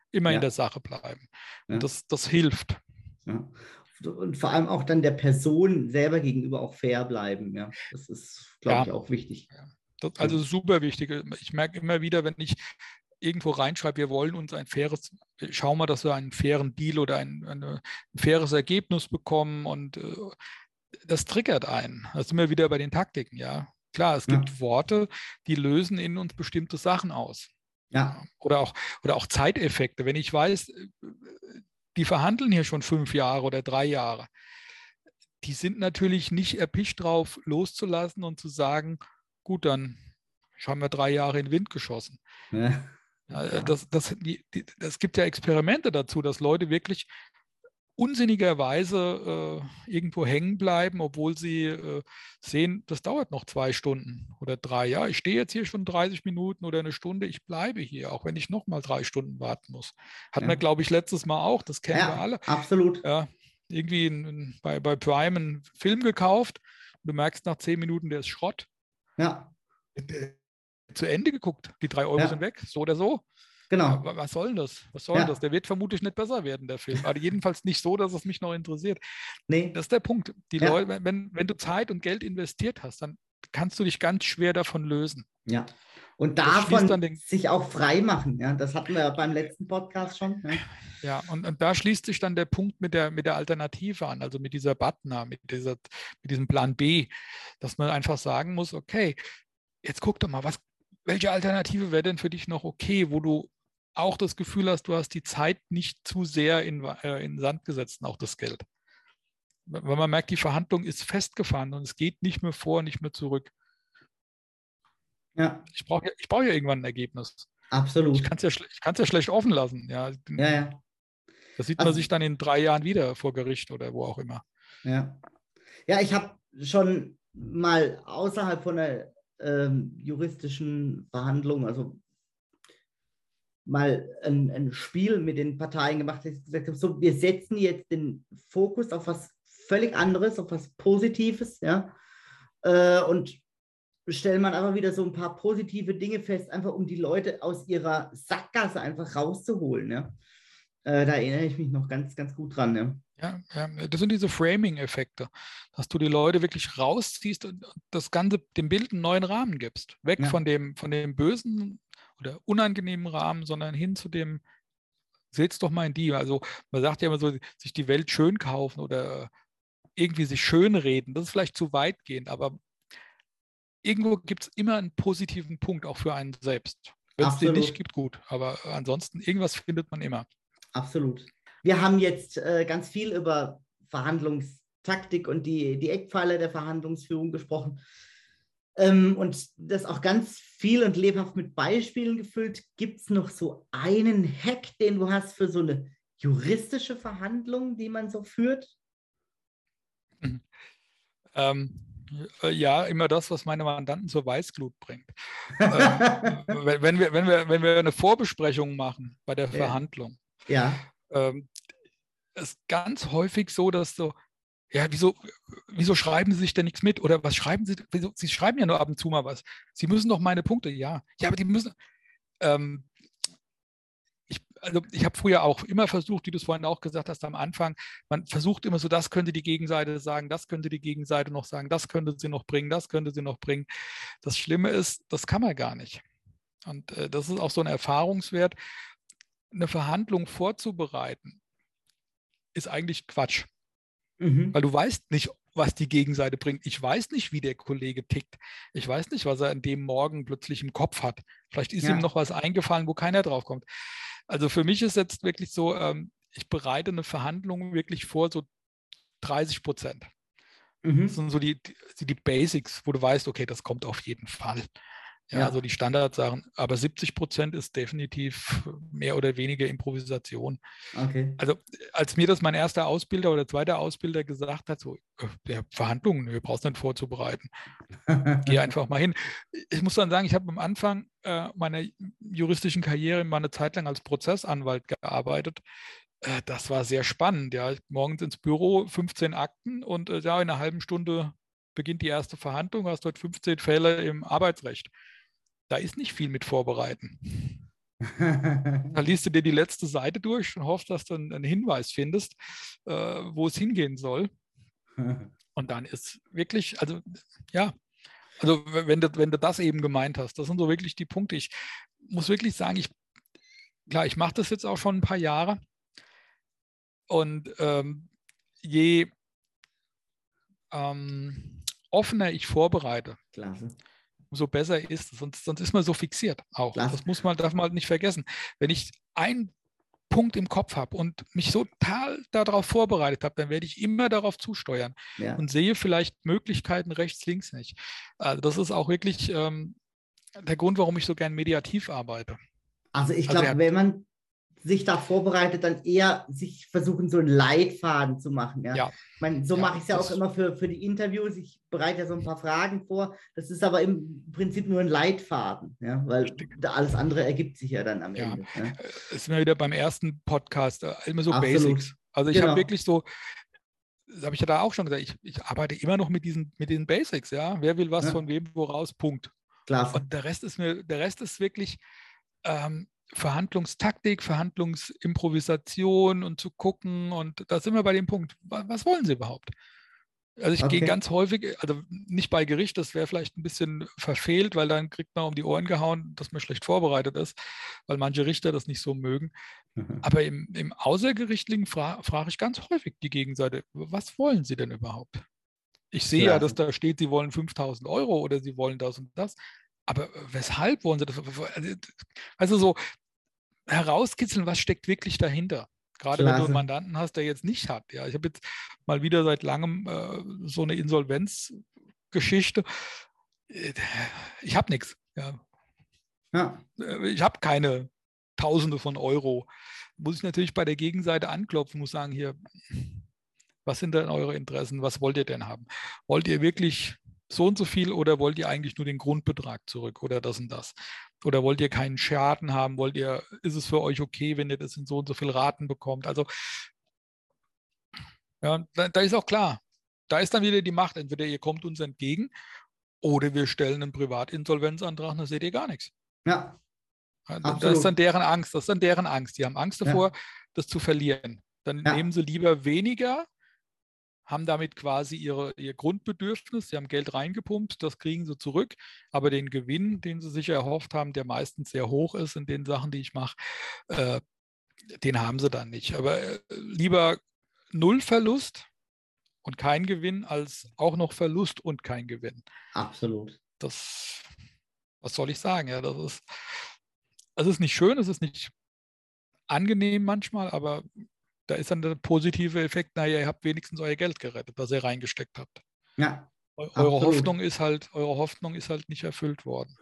immer ja. in der Sache bleiben. Und ja. das, das hilft. Ja. Und vor allem auch dann der Person selber gegenüber auch fair bleiben. Ja, das ist, glaube ja. ich, auch wichtig. Ja. Das, also ja. super wichtig. Ich merke immer wieder, wenn ich irgendwo reinschreibe, wir wollen uns ein faires, schauen wir, dass wir einen fairen Deal oder ein, eine, ein faires Ergebnis bekommen, und äh, das triggert einen. Da sind wir wieder bei den Taktiken, ja. Klar, es gibt ja. Worte, die lösen in uns bestimmte Sachen aus. Ja. Oder auch, oder auch Zeiteffekte. Wenn ich weiß, die verhandeln hier schon fünf Jahre oder drei Jahre, die sind natürlich nicht erpicht drauf, loszulassen und zu sagen, gut, dann haben wir drei Jahre in den Wind geschossen. Ja. Ja. Das, das, die, die, das gibt ja Experimente dazu, dass Leute wirklich unsinnigerweise äh, irgendwo hängen bleiben, obwohl sie äh, sehen, das dauert noch zwei Stunden oder drei. Ja, ich stehe jetzt hier schon dreißig Minuten oder eine Stunde, ich bleibe hier, auch wenn ich noch mal drei Stunden warten muss. Hatten ja. wir, glaube ich, letztes Mal auch, das kennen ja, wir alle. Absolut. Ja, irgendwie in, in, bei, bei Prime einen Film gekauft, du merkst nach zehn Minuten, der ist Schrott. Ja. Zu Ende geguckt, die drei Euro ja. sind weg, so oder so. Genau. Ja, was soll denn das? Was soll ja. das? Der wird vermutlich nicht besser werden, der Film. Aber jedenfalls nicht so, dass es mich noch interessiert. Nee. Das ist der Punkt. Die ja. Leute, wenn, wenn du Zeit und Geld investiert hast, dann kannst du dich ganz schwer davon lösen. Ja. Und davon dann den, sich auch frei machen. Ja, das hatten wir beim letzten Podcast schon. Ja, ja und, und da schließt sich dann der Punkt mit der, mit der Alternative an, also mit dieser BATNA, mit, dieser, mit diesem Plan B, dass man einfach sagen muss, okay, jetzt guck doch mal, was, welche Alternative wäre denn für dich noch okay, wo du auch das Gefühl hast, du hast die Zeit nicht zu sehr in, äh, in den Sand gesetzt, und auch das Geld. Weil man merkt, die Verhandlung ist festgefahren und es geht nicht mehr vor, nicht mehr zurück. Ja. Ich brauche ich brauch ja irgendwann ein Ergebnis. Absolut. Ich kann es ja, ich kann's ja schlecht offen lassen. Ja. Ja, ja. Das sieht also, man sich dann in drei Jahren wieder vor Gericht oder wo auch immer. Ja, ja, ich habe schon mal außerhalb von einer ähm, juristischen Verhandlung, also mal ein, ein Spiel mit den Parteien gemacht, dass ich gesagt habe, so, wir setzen jetzt den Fokus auf was völlig anderes, auf was Positives, ja, äh, und stellen man einfach wieder so ein paar positive Dinge fest, einfach um die Leute aus ihrer Sackgasse einfach rauszuholen, ja. Äh, da erinnere ich mich noch ganz, ganz gut dran, ja. Ja, ja, das sind diese Framing-Effekte, dass du die Leute wirklich rausziehst und das Ganze dem Bild einen neuen Rahmen gibst. Weg ja. von dem, von dem bösen oder unangenehmen Rahmen, sondern hin zu dem, seht's doch mal in die. Also man sagt ja immer so, sich die Welt schön kaufen oder irgendwie sich schön reden. Das ist vielleicht zu weitgehend, aber irgendwo gibt es immer einen positiven Punkt, auch für einen selbst. Wenn es den nicht gibt, gut. Aber ansonsten, irgendwas findet man immer. Absolut. Wir haben jetzt äh, ganz viel über Verhandlungstaktik und die, die Eckpfeiler der Verhandlungsführung gesprochen ähm, und das auch ganz viel und lebhaft mit Beispielen gefüllt. Gibt es noch so einen Hack, den du hast für so eine juristische Verhandlung, die man so führt? Mhm. Ähm, ja, immer das, was meine Mandanten zur Weißglut bringt. ähm, wenn, wir, wenn, wir, wenn wir eine Vorbesprechung machen bei der Verhandlung, ja. ähm, ist ganz häufig so, dass so, ja, wieso, wieso schreiben Sie sich denn nichts mit? Oder was schreiben Sie? Wieso, Sie schreiben ja nur ab und zu mal was. Sie müssen doch meine Punkte, ja. Ja, aber die müssen. Ähm, ich also ich habe früher auch immer versucht, wie du es vorhin auch gesagt hast, am Anfang, man versucht immer so, das könnte die Gegenseite sagen, das könnte die Gegenseite noch sagen, das könnte sie noch bringen, das könnte sie noch bringen. Das Schlimme ist, das kann man gar nicht. Und äh, das ist auch so ein Erfahrungswert. Eine Verhandlung vorzubereiten, ist eigentlich Quatsch. Mhm. Weil du weißt nicht, was die Gegenseite bringt. Ich weiß nicht, wie der Kollege tickt. Ich weiß nicht, was er an dem Morgen plötzlich im Kopf hat. Vielleicht ist ja. ihm noch was eingefallen, wo keiner drauf kommt. Also für mich ist jetzt wirklich so, ähm, ich bereite eine Verhandlung wirklich vor, so dreißig Prozent. Mhm. Das sind so die, die, die Basics, wo du weißt, okay, das kommt auf jeden Fall. Ja, ja. Also die Standardsachen. Aber siebzig Prozent ist definitiv mehr oder weniger Improvisation. Okay. Also als mir das mein erster Ausbilder oder zweiter Ausbilder gesagt hat, so, ja, Verhandlungen, wir brauchen es nicht vorzubereiten. Geh einfach mal hin. Ich muss dann sagen, ich habe am Anfang äh, meiner juristischen Karriere mal eine Zeit lang als Prozessanwalt gearbeitet. Äh, das war sehr spannend. Ja. Morgens ins Büro, fünfzehn Akten und äh, ja, in einer halben Stunde beginnt die erste Verhandlung, hast dort fünfzehn Fälle im Arbeitsrecht. Da ist nicht viel mit Vorbereiten. Da liest du dir die letzte Seite durch und hoffst, dass du einen Hinweis findest, äh, wo es hingehen soll. Und dann ist wirklich, also ja, also wenn du, wenn du das eben gemeint hast, das sind so wirklich die Punkte. Ich muss wirklich sagen, ich, klar, ich mache das jetzt auch schon ein paar Jahre und ähm, je ähm, offener ich vorbereite, Klasse. umso besser ist es. Sonst, sonst ist man so fixiert auch. Klasse. Das muss man, darf man halt nicht vergessen. Wenn ich einen Punkt im Kopf habe und mich so total darauf vorbereitet habe, dann werde ich immer darauf zusteuern Ja. und sehe vielleicht Möglichkeiten rechts, links nicht. Also das ist auch wirklich ähm, der Grund, warum ich so gern mediativ arbeite. Also ich Also glaube, er- wenn man sich da vorbereitet, dann eher sich versuchen, so einen Leitfaden zu machen. Ja, Ja, ich meine, so ja, mache ich es ja auch das- immer für, für die Interviews. Ich bereite ja so ein paar Fragen vor. Das ist aber im Prinzip nur ein Leitfaden, ja, weil Richtig. da alles andere ergibt sich ja dann am Ja, Ende. Ja. es sind wir wieder beim ersten Podcast, äh, immer so Absolut. Basics. Also ich Genau. habe wirklich so, das habe ich ja da auch schon gesagt, ich, ich arbeite immer noch mit diesen, mit den Basics, ja. Wer will was Ja. von wem, woraus, Punkt. Klasse. Und der Rest ist mir, der Rest ist wirklich ähm, Verhandlungstaktik, Verhandlungsimprovisation und zu gucken. Und da sind wir bei dem Punkt, was, was wollen Sie überhaupt? Also ich okay. gehe ganz häufig, also nicht bei Gericht, das wäre vielleicht ein bisschen verfehlt, weil dann kriegt man um die Ohren gehauen, dass man schlecht vorbereitet ist, weil manche Richter das nicht so mögen. Mhm. Aber im, im Außergerichtlichen fra frage ich ganz häufig die Gegenseite, was wollen Sie denn überhaupt? Ich sehe Klasse. ja, dass da steht, Sie wollen fünftausend Euro oder Sie wollen das und das. Aber weshalb wollen Sie das? Also so herauskitzeln, was steckt wirklich dahinter? Gerade Klasse. Wenn du einen Mandanten hast, der jetzt nicht hat. Ja, ich habe jetzt mal wieder seit langem äh, so eine Insolvenzgeschichte. Ich habe nichts. Ja. Ja. Ich habe keine Tausende von Euro. Muss ich natürlich bei der Gegenseite anklopfen, muss sagen, hier, was sind denn eure Interessen? Was wollt ihr denn haben? Wollt ihr wirklich so und so viel oder wollt ihr eigentlich nur den Grundbetrag zurück oder das und das? Oder wollt ihr keinen Schaden haben? Wollt ihr, ist es für euch okay, wenn ihr das in so und so viel Raten bekommt? Also, ja, da, da ist auch klar, da ist dann wieder die Macht. Entweder ihr kommt uns entgegen oder wir stellen einen Privatinsolvenzantrag, dann seht ihr gar nichts. Ja. Absolut. Das ist dann deren Angst. Das ist dann deren Angst. Die haben Angst davor, ja. das zu verlieren. Dann ja. nehmen sie lieber weniger, haben damit quasi ihre, ihr Grundbedürfnis, sie haben Geld reingepumpt, das kriegen sie zurück, aber den Gewinn, den sie sich erhofft haben, der meistens sehr hoch ist in den Sachen, die ich mache, äh, den haben sie dann nicht. Aber äh, lieber null Verlust und kein Gewinn, als auch noch Verlust und kein Gewinn. Absolut. Das, was soll ich sagen? Ja, das ist, es ist nicht schön, es ist nicht angenehm manchmal, aber da ist dann der positive Effekt, naja, ihr habt wenigstens euer Geld gerettet, das ihr reingesteckt habt. Ja. Eure absolut. Hoffnung ist halt, eure Hoffnung ist halt nicht erfüllt worden.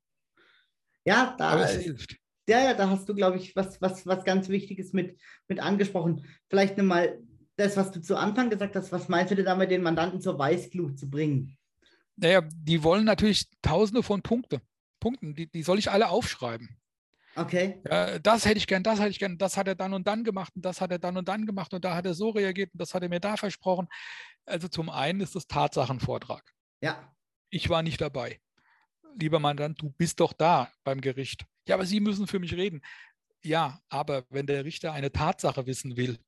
Ja, da, aber es hilft. Ja, ja, da hast du, glaube ich, was, was, was ganz Wichtiges mit, mit angesprochen. Vielleicht nochmal das, was du zu Anfang gesagt hast, was meinst du denn damit, den Mandanten zur Weißglut zu bringen? Naja, die wollen natürlich tausende von Punkte, Punkten, die, die soll ich alle aufschreiben. Okay. Ja, das hätte ich gern, das hätte ich gern, das hat er dann und dann gemacht und das hat er dann und dann gemacht und da hat er so reagiert und das hat er mir da versprochen. Also zum einen ist das Tatsachenvortrag. Ja. Ich war nicht dabei. Lieber Mandant, du bist doch da beim Gericht. Ja, aber Sie müssen für mich reden. Ja, aber wenn der Richter eine Tatsache wissen will,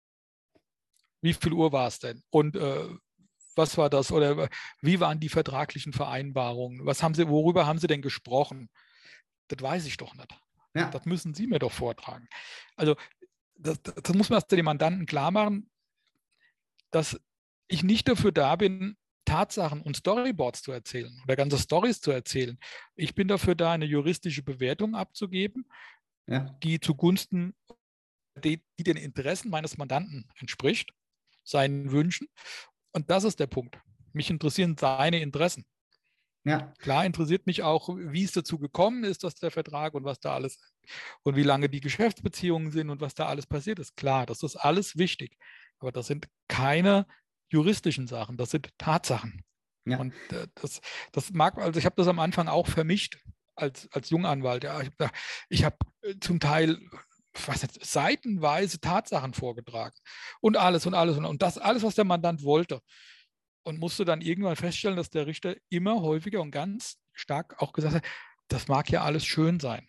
wie viel Uhr war es denn? Und äh, was war das? Oder wie waren die vertraglichen Vereinbarungen? Was haben Sie, worüber haben Sie denn gesprochen? Das weiß ich doch nicht. Ja. Das müssen Sie mir doch vortragen. Also das, das muss man erst dem Mandanten klar machen, dass ich nicht dafür da bin, Tatsachen und Storyboards zu erzählen oder ganze Storys zu erzählen. Ich bin dafür da, eine juristische Bewertung abzugeben, ja. die zugunsten, die, die den Interessen meines Mandanten entspricht, seinen Wünschen. Und das ist der Punkt. Mich interessieren seine Interessen. Ja. Klar interessiert mich auch, wie es dazu gekommen ist, dass der Vertrag und was da alles und wie lange die Geschäftsbeziehungen sind und was da alles passiert ist. Klar, das ist alles wichtig. Aber das sind keine juristischen Sachen, das sind Tatsachen. Ja. Und äh, das, das mag, also ich habe das am Anfang auch vermischt als, als Junganwalt. Ja, ich habe ich hab zum Teil was nicht, seitenweise Tatsachen vorgetragen und alles und alles und, und das alles, was der Mandant wollte. Und musste dann irgendwann feststellen, dass der Richter immer häufiger und ganz stark auch gesagt hat, das mag ja alles schön sein.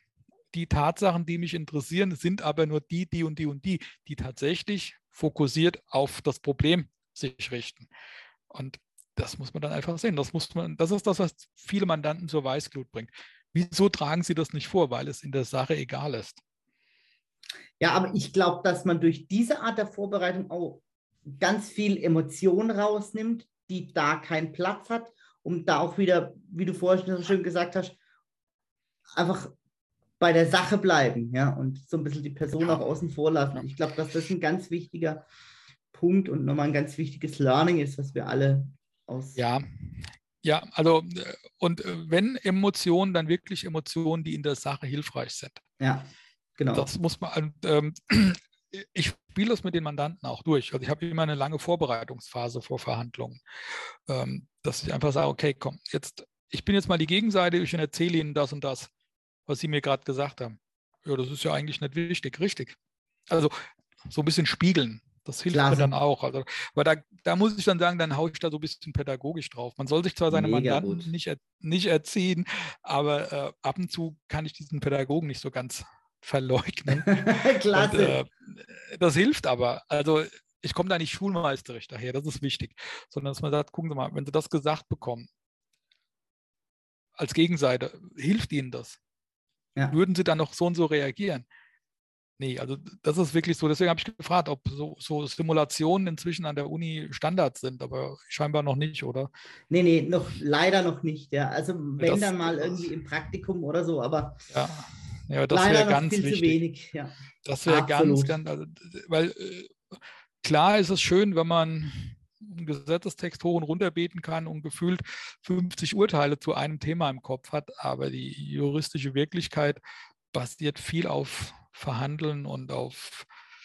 die Tatsachen, die mich interessieren, sind aber nur die, die und die und die, die tatsächlich fokussiert auf das Problem sich richten. Und das muss man dann einfach sehen. Das muss man, das ist das, was viele Mandanten zur Weißglut bringt. Wieso tragen sie das nicht vor? Weil es in der Sache egal ist. Ja, aber ich glaube, dass man durch diese Art der Vorbereitung auch ganz viel Emotion rausnimmt, die da keinen Platz hat, um da auch wieder, wie du vorhin so schön gesagt hast, einfach bei der Sache bleiben, ja, und so ein bisschen die Person Ja. auch außen vor lassen. Ja. Ich glaube, dass das ein ganz wichtiger Punkt und nochmal ein ganz wichtiges Learning ist, was wir alle aus... Ja, ja, also und wenn Emotionen, dann wirklich Emotionen, die in der Sache hilfreich sind. Ja, genau. Das muss man, ähm, ich spiele das mit den Mandanten auch durch. Also ich habe immer eine lange Vorbereitungsphase vor Verhandlungen, ähm, dass ich einfach sage, okay, komm, jetzt, ich bin jetzt mal die Gegenseite, ich erzähle Ihnen das und das, was Sie mir gerade gesagt haben. Ja, das ist ja eigentlich nicht wichtig, richtig. Also so ein bisschen spiegeln. Das hilft Klasse. mir dann auch. Also, weil da, da muss ich dann sagen, dann haue ich da so ein bisschen pädagogisch drauf. Man soll sich zwar seine Mega Mandanten gut. nicht, er, nicht erziehen, aber äh, ab und zu kann ich diesen Pädagogen nicht so ganz verleugnen. Klasse. Und, äh, das hilft aber. Also ich komme da nicht schulmeisterisch daher, das ist wichtig. Sondern dass man sagt, gucken Sie mal, wenn Sie das gesagt bekommen, als Gegenseite, hilft Ihnen das? Ja. Würden Sie dann noch so und so reagieren? Nee, also das ist wirklich so. Deswegen habe ich gefragt, ob so, so Simulationen inzwischen an der Uni Standard sind, aber scheinbar noch nicht, oder? Nee, nee, noch, leider noch nicht. Ja. Also wenn Das, dann mal das, irgendwie im Praktikum oder so, aber ja, ja, das leider wäre noch ganz viel zu wichtig. wenig. Ja. Das wäre ganz, Absolut. ganz, also, weil äh, klar ist es schön, wenn man einen Gesetzestext hoch und runter beten kann und gefühlt fünfzig Urteile zu einem Thema im Kopf hat, aber die juristische Wirklichkeit basiert viel auf Verhandeln und auf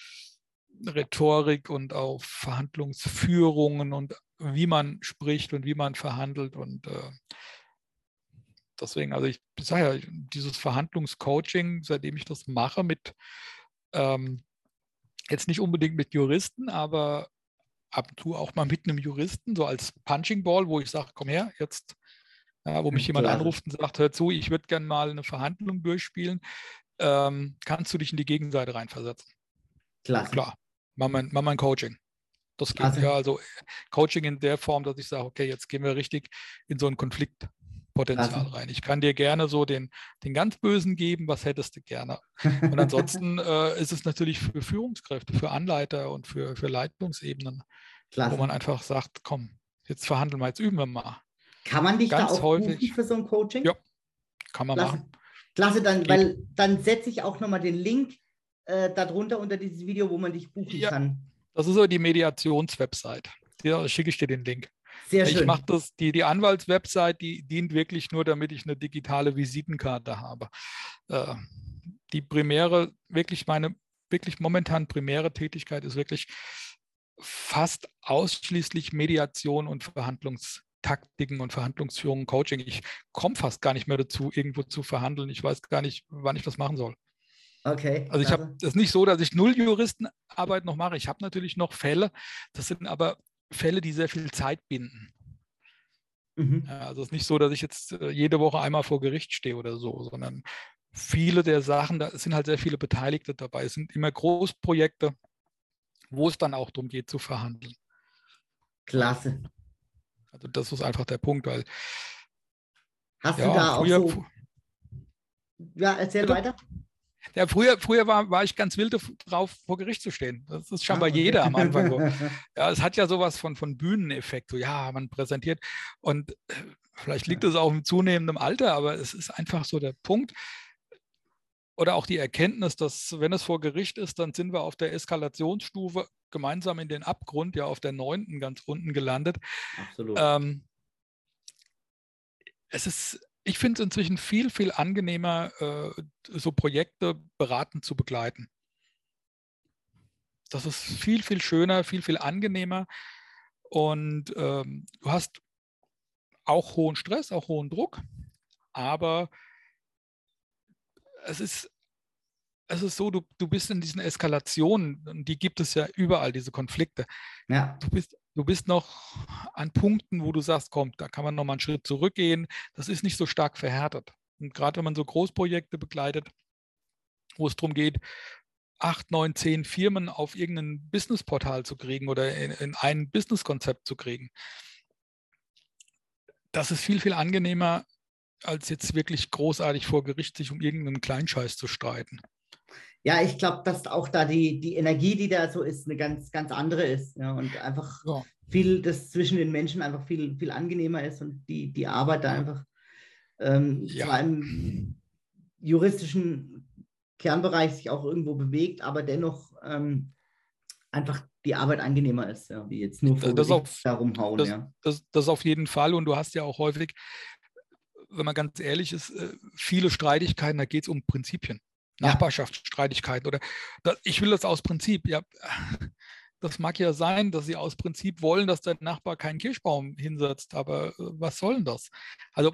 Rhetorik und auf Verhandlungsführungen und wie man spricht und wie man verhandelt. Und äh, deswegen, also ich sage ja, dieses Verhandlungscoaching, seitdem ich das mache, mit ähm, jetzt nicht unbedingt mit Juristen, aber ab und zu auch mal mit einem Juristen, so als Punching Ball, wo ich sage, komm her, jetzt, ja, wo mich jemand Klasse. anruft und sagt, hör zu, ich würde gerne mal eine Verhandlung durchspielen. Ähm, kannst du dich in die Gegenseite reinversetzen? Klasse. Klar, mach mein, mach mein Coaching. Das geht. Klasse. Ja, also Coaching in der Form, dass ich sage, okay, jetzt gehen wir richtig in so ein Konfliktpotenzial Klasse. rein. Ich kann dir gerne so den, den ganz Bösen geben, was hättest du gerne? Und ansonsten äh, ist es natürlich für Führungskräfte, für Anleiter und für, für Leitungsebenen, Klasse. wo man einfach sagt, komm, jetzt verhandeln wir, jetzt üben wir mal. Kann man dich Ganz da auch häufig, buchen für so ein Coaching? Ja, kann man Klasse. machen. Klasse, dann, Geht. weil dann setze ich auch nochmal den Link äh, darunter unter dieses Video, wo man dich buchen Ja, kann. das ist so die Mediationswebsite. Da schicke ich dir den Link. Sehr Ich schön. mache das, die, die Anwaltswebsite, die dient wirklich nur, damit ich eine digitale Visitenkarte habe. Äh, die primäre, wirklich meine, wirklich momentan primäre Tätigkeit ist wirklich fast ausschließlich Mediation und Verhandlungstaktiken und Verhandlungsführung, Coaching. Ich komme fast gar nicht mehr dazu, irgendwo zu verhandeln. Ich weiß gar nicht, wann ich das machen soll. Okay. Also ich habe das nicht so, dass ich null Juristenarbeit noch mache. Ich habe natürlich noch Fälle, das sind aber Fälle, die sehr viel Zeit binden. Mhm. Ja, also es ist nicht so, dass ich jetzt äh, jede Woche einmal vor Gericht stehe oder so, sondern viele der Sachen, da sind halt sehr viele Beteiligte dabei. Es sind immer Großprojekte, wo es dann auch darum geht zu verhandeln. Klasse. Also das ist einfach der Punkt, weil Hast ja, du da früher, auch so... Ja, erzähl bitte? weiter. Ja, früher, früher war, war ich ganz wild drauf, vor Gericht zu stehen. Das ist scheinbar Ah, okay. jeder am Anfang so. Ja, es hat ja sowas von, von Bühneneffekt. So, ja, man präsentiert. Und äh, vielleicht liegt es auch im zunehmenden Alter, aber es ist einfach so der Punkt. Oder auch die Erkenntnis, dass, wenn es vor Gericht ist, dann sind wir auf der Eskalationsstufe gemeinsam in den Abgrund, ja auf der neunten ganz unten gelandet. Absolut. Ähm, es ist, ich finde es inzwischen viel, viel angenehmer, äh, so Projekte beratend zu begleiten. Das ist viel, viel schöner, viel, viel angenehmer. Und ähm, du hast auch hohen Stress, auch hohen Druck, aber es ist, es ist so, du, du bist in diesen Eskalationen, und die gibt es ja überall, diese Konflikte. Ja. Du bist, du bist noch an Punkten, wo du sagst, komm, da kann man noch mal einen Schritt zurückgehen. Das ist nicht so stark verhärtet. Und gerade wenn man so Großprojekte begleitet, wo es darum geht, acht, neun, zehn Firmen auf irgendein Businessportal zu kriegen oder in, in ein Businesskonzept zu kriegen. Das ist viel, viel angenehmer, als jetzt wirklich großartig vor Gericht sich um irgendeinen Kleinscheiß zu streiten. Ja, ich glaube, dass auch da die, die Energie, die da so ist, eine ganz, ganz andere ist. Ja, und einfach ja. viel, das zwischen den Menschen einfach viel, viel angenehmer ist und die, die Arbeit da einfach ähm, ja. zwar im juristischen Kernbereich sich auch irgendwo bewegt, aber dennoch ähm, einfach die Arbeit angenehmer ist, ja, wie jetzt nur vor das auf, da rumhauen. Das, ja. das, das auf jeden Fall. Und du hast ja auch häufig, wenn man ganz ehrlich ist, viele Streitigkeiten, da geht es um Prinzipien. Ja. Nachbarschaftsstreitigkeiten oder da, ich will das aus Prinzip. Ja, das mag ja sein, dass sie aus Prinzip wollen, dass der Nachbar keinen Kirschbaum hinsetzt, aber was soll denn das? Also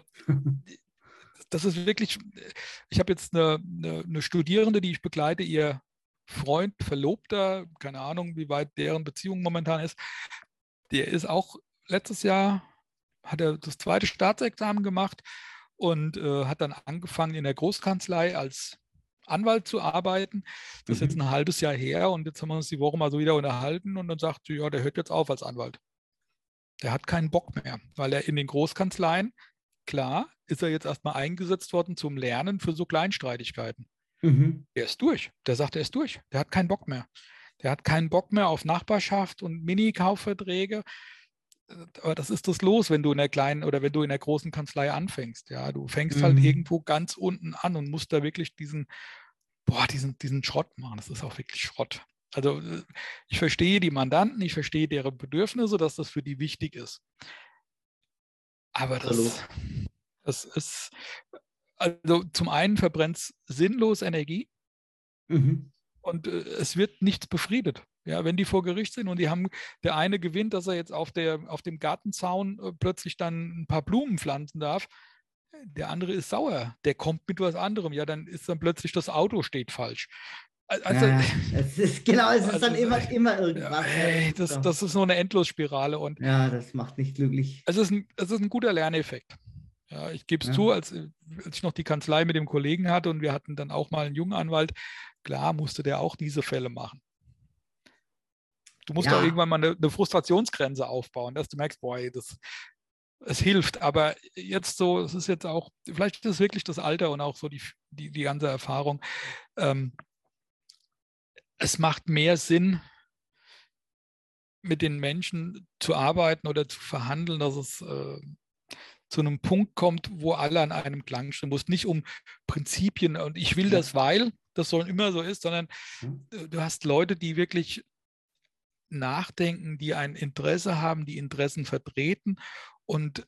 das ist wirklich, ich habe jetzt eine, eine, eine Studierende, die ich begleite, ihr Freund, Verlobter, keine Ahnung, wie weit deren Beziehung momentan ist, der ist auch letztes Jahr, hat er das zweite Staatsexamen gemacht und äh, hat dann angefangen in der Großkanzlei als Anwalt zu arbeiten. Das ist mhm. jetzt ein halbes Jahr her und jetzt haben wir uns die Woche mal so wieder unterhalten und dann sagt sie, ja, der hört jetzt auf als Anwalt. Der hat keinen Bock mehr, weil er in den Großkanzleien, klar, ist er jetzt erstmal eingesetzt worden zum Lernen für so Kleinstreitigkeiten. Mhm. Der ist durch. Der sagt, er ist durch. Der hat keinen Bock mehr. Der hat keinen Bock mehr auf Nachbarschaft und Mini-Kaufverträge. Aber das ist das Los, wenn du in der kleinen oder wenn du in der großen Kanzlei anfängst. Ja, du fängst mhm. halt irgendwo ganz unten an und musst da wirklich diesen, boah, diesen, diesen Schrott machen. Das ist auch wirklich Schrott. Also ich verstehe die Mandanten, ich verstehe deren Bedürfnisse, dass das für die wichtig ist. Aber das, das ist, also zum einen verbrennt es sinnlos Energie mhm. und äh, es wird nichts befriedet. Ja, wenn die vor Gericht sind und die haben, der eine gewinnt, dass er jetzt auf, der, auf dem Gartenzaun äh, plötzlich dann ein paar Blumen pflanzen darf, der andere ist sauer, der kommt mit was anderem, ja, dann ist dann plötzlich das Auto steht falsch. Also, ja, es ist, genau, es ist also, dann immer, immer irgendwas. Ja, ey, das, das ist so eine Endlosspirale. Und ja, das macht nicht glücklich. Es ist ein, es ist ein guter Lerneffekt. Ja, ich gebe es ja. zu, als, als ich noch die Kanzlei mit dem Kollegen hatte und wir hatten dann auch mal einen jungen Anwalt, klar musste der auch diese Fälle machen. Du musst ja. auch irgendwann mal eine, eine Frustrationsgrenze aufbauen, dass du merkst, boah, das, es hilft. Aber jetzt so, es ist jetzt auch, vielleicht ist es wirklich das Alter und auch so die, die, die ganze Erfahrung. Ähm, es macht mehr Sinn, mit den Menschen zu arbeiten oder zu verhandeln, dass es äh, zu einem Punkt kommt, wo alle an einem Klang stimmen. Wo es nicht um Prinzipien und ich will ja. das, weil das soll immer so ist, sondern äh, du hast Leute, die wirklich nachdenken, die ein Interesse haben, die Interessen vertreten. Und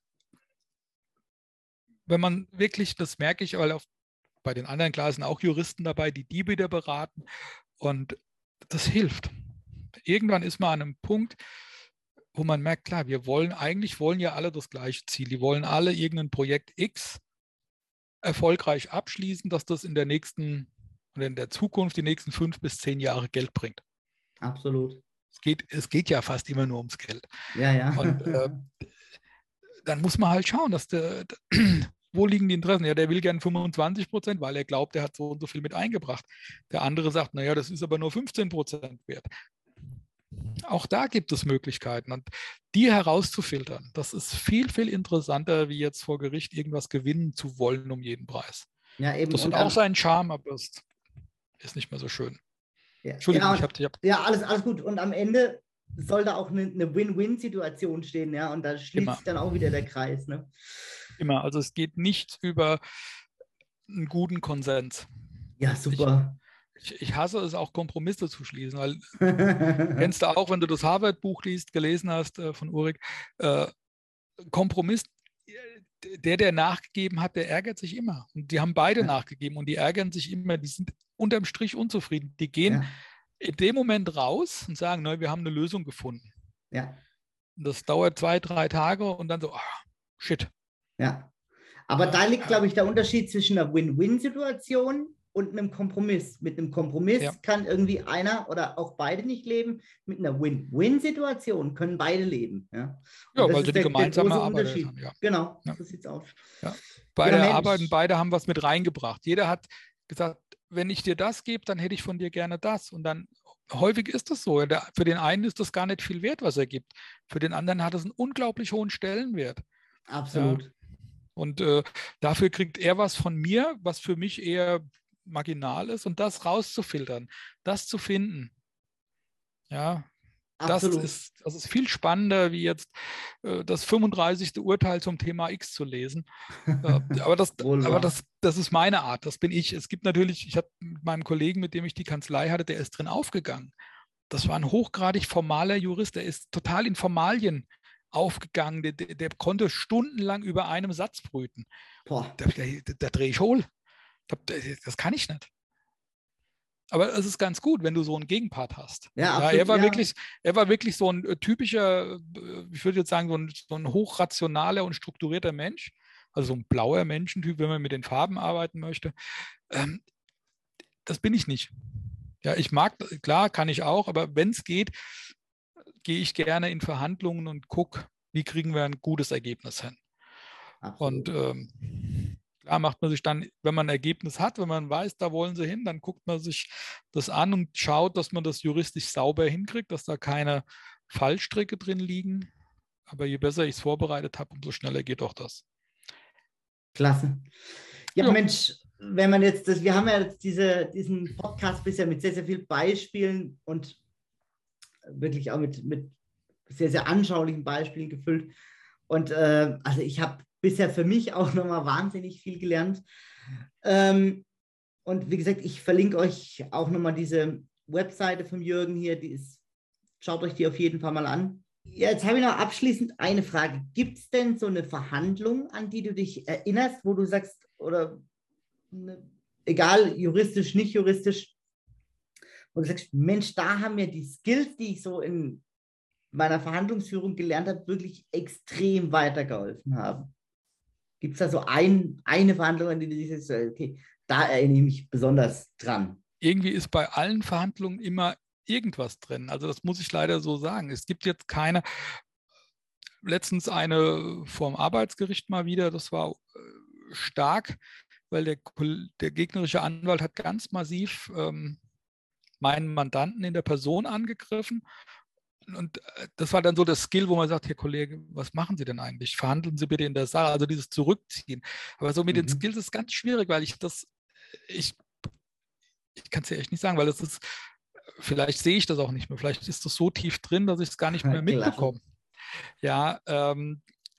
wenn man wirklich, das merke ich, weil auch bei den anderen klar sind auch Juristen dabei, die die wieder beraten und das hilft. Irgendwann ist man an einem Punkt, wo man merkt, klar, wir wollen, eigentlich wollen ja alle das gleiche Ziel. Die wollen alle irgendein Projekt X erfolgreich abschließen, dass das in der nächsten oder in der Zukunft die nächsten fünf bis zehn Jahre Geld bringt. Absolut. Es geht, es geht ja fast immer nur ums Geld. Ja, ja. Und äh, dann muss man halt schauen, dass der, wo liegen die Interessen? Ja, der will gern fünfundzwanzig Prozent, weil er glaubt, er hat so und so viel mit eingebracht. Der andere sagt, naja, das ist aber nur fünfzehn Prozent wert. Auch da gibt es Möglichkeiten und die herauszufiltern, das ist viel, viel interessanter, wie jetzt vor Gericht irgendwas gewinnen zu wollen um jeden Preis. Ja, eben. Das hat auch seinen Charme, aber es ist nicht mehr so schön. Ja, Entschuldigung, ja, ich habe... Hab ja, alles, alles gut. Und am Ende soll da auch eine, eine Win-Win-Situation stehen, ja, und da schließt Immer. sich dann auch wieder der Kreis. Ne? Immer, also es geht nicht über einen guten Konsens. Ja, super. Ich, Ich, hasse es auch, Kompromisse zu schließen, weil kennst du auch, wenn du das Harvard-Buch liest, gelesen hast äh, von Ulrich, äh, Kompromiss, der, der nachgegeben hat, der ärgert sich immer. Und die haben beide ja. nachgegeben und die ärgern sich immer, die sind unterm Strich unzufrieden. Die gehen ja. in dem Moment raus und sagen, ne, wir haben eine Lösung gefunden. Ja. Und das dauert zwei, drei Tage und dann so, oh, shit. Ja, aber da liegt, glaube ich, der Unterschied zwischen einer Win-Win-Situation und einem Kompromiss. Mit einem Kompromiss ja. kann irgendwie einer oder auch beide nicht leben. Mit einer Win-Win-Situation können beide leben. Ja, ja weil sie die gemeinsame Arbeit haben. Ja. Genau, ja. so sieht es aus. Ja. Beide ja, arbeiten, beide haben was mit reingebracht. Jeder hat gesagt, wenn ich dir das gebe, dann hätte ich von dir gerne das. Und dann häufig ist das so. Der, für den einen ist das gar nicht viel wert, was er gibt. Für den anderen hat es einen unglaublich hohen Stellenwert. Absolut. Ja. Und äh, dafür kriegt er was von mir, was für mich eher marginal ist, und das rauszufiltern, das zu finden. Ja, das Absolut. ist, das ist viel spannender, wie jetzt äh, das fünfunddreißigste Urteil zum Thema X zu lesen. Äh, aber das, Wohl aber wahr. das, das ist meine Art, das bin ich. Es gibt natürlich, ich habe mit meinem Kollegen, mit dem ich die Kanzlei hatte, der ist drin aufgegangen. Das war ein hochgradig formaler Jurist, der ist total in Formalien aufgegangen, der, der, der konnte stundenlang über einem Satz brüten. Boah. Da, da, da drehe ich hohl. Das kann ich nicht. Aber es ist ganz gut, wenn du so einen Gegenpart hast. Ja, Ja, absolut. er war Ja. wirklich, er war wirklich so ein äh, typischer, äh, ich würde jetzt sagen, so ein, so ein hochrationaler und strukturierter Mensch. Also so ein blauer Menschentyp, wenn man mit den Farben arbeiten möchte. Ähm, das bin ich nicht. Ja, ich mag, klar, kann ich auch, aber wenn es geht, gehe ich gerne in Verhandlungen und gucke, wie kriegen wir ein gutes Ergebnis hin. Absolut. Und ähm, klar macht man sich dann, wenn man ein Ergebnis hat, wenn man weiß, da wollen sie hin, dann guckt man sich das an und schaut, dass man das juristisch sauber hinkriegt, dass da keine Fallstricke drin liegen. Aber je besser ich es vorbereitet habe, umso schneller geht auch das. Klasse. Ja, Jo. Mensch, wenn man jetzt, das, wir haben ja jetzt diese, diesen Podcast bisher mit sehr, sehr vielen Beispielen und wirklich auch mit, mit sehr, sehr anschaulichen Beispielen gefüllt. Und äh, also ich habe bisher für mich auch nochmal wahnsinnig viel gelernt. Ähm, und wie gesagt, ich verlinke euch auch nochmal diese Webseite vom Jürgen hier. Die ist, schaut euch die auf jeden Fall mal an. Ja, jetzt habe ich noch abschließend eine Frage. Gibt es denn so eine Verhandlung, an die du dich erinnerst, wo du sagst, oder ne, egal, juristisch, nicht juristisch, wo du sagst, Mensch, da haben mir die Skills, die ich so in meiner Verhandlungsführung gelernt habe, wirklich extrem weitergeholfen haben? Gibt es da so ein, eine Verhandlung, an die du dich sagst, okay, da erinnere ich mich besonders dran? Irgendwie ist bei allen Verhandlungen immer irgendwas drin. Also das muss ich leider so sagen. Es gibt jetzt keine, letztens eine vom Arbeitsgericht mal wieder, das war äh, stark, weil der, der gegnerische Anwalt hat ganz massiv ähm, meinen Mandanten in der Person angegriffen. Und das war dann so das Skill, wo man sagt, Herr Kollege, was machen Sie denn eigentlich? Verhandeln Sie bitte in der Sache, also dieses Zurückziehen. Aber so mit mhm. den Skills ist ganz schwierig, weil ich das, ich, ich kann es ja echt nicht sagen, weil das ist, vielleicht sehe ich das auch nicht mehr, vielleicht ist das so tief drin, dass ich es gar nicht mehr mitbekomme. Ja, ähm,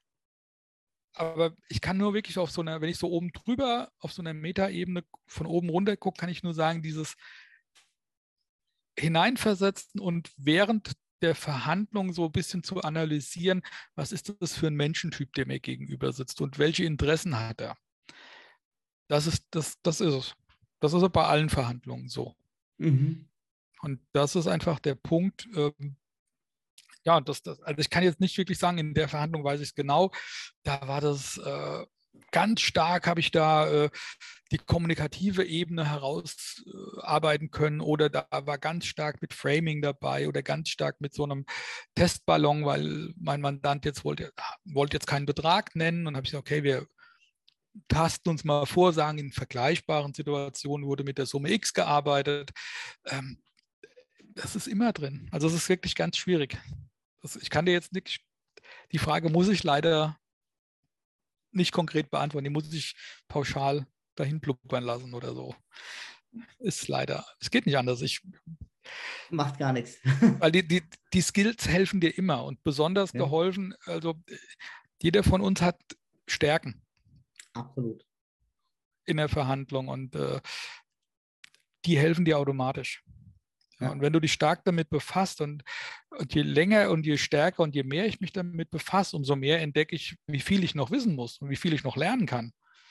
aber ich kann nur wirklich auf so einer, wenn ich so oben drüber, auf so einer Metaebene von oben runter gucke, kann ich nur sagen, dieses Hineinversetzen und während der Verhandlung so ein bisschen zu analysieren, was ist das für ein Menschentyp, der mir gegenüber sitzt und welche Interessen hat er. Das ist, das, das ist es. Das ist bei allen Verhandlungen so. Mhm. Und das ist einfach der Punkt, ähm, ja, das, das, also ich kann jetzt nicht wirklich sagen, in der Verhandlung weiß ich es genau, da war das äh, ganz stark, habe ich da äh, die kommunikative Ebene herausarbeiten äh, können, oder da war ganz stark mit Framing dabei oder ganz stark mit so einem Testballon, weil mein Mandant jetzt wollte, wollte jetzt keinen Betrag nennen, und habe ich gesagt, okay, wir tasten uns mal vor, sagen, in vergleichbaren Situationen wurde mit der Summe X gearbeitet. Ähm, das ist immer drin. Also es ist wirklich ganz schwierig. Das, ich kann dir jetzt nicht, die Frage muss ich leider nicht konkret beantworten, die muss ich pauschal dahin blubbern lassen oder so. Ist leider, es geht nicht anders. Ich, Macht gar nichts. Weil die, die, die Skills helfen dir immer und besonders ja. geholfen, also jeder von uns hat Stärken. Absolut. In der Verhandlung, und äh, die helfen dir automatisch. Ja. Und wenn du dich stark damit befasst und, und je länger und je stärker und je mehr ich mich damit befasse, umso mehr entdecke ich, wie viel ich noch wissen muss und wie viel ich noch lernen kann.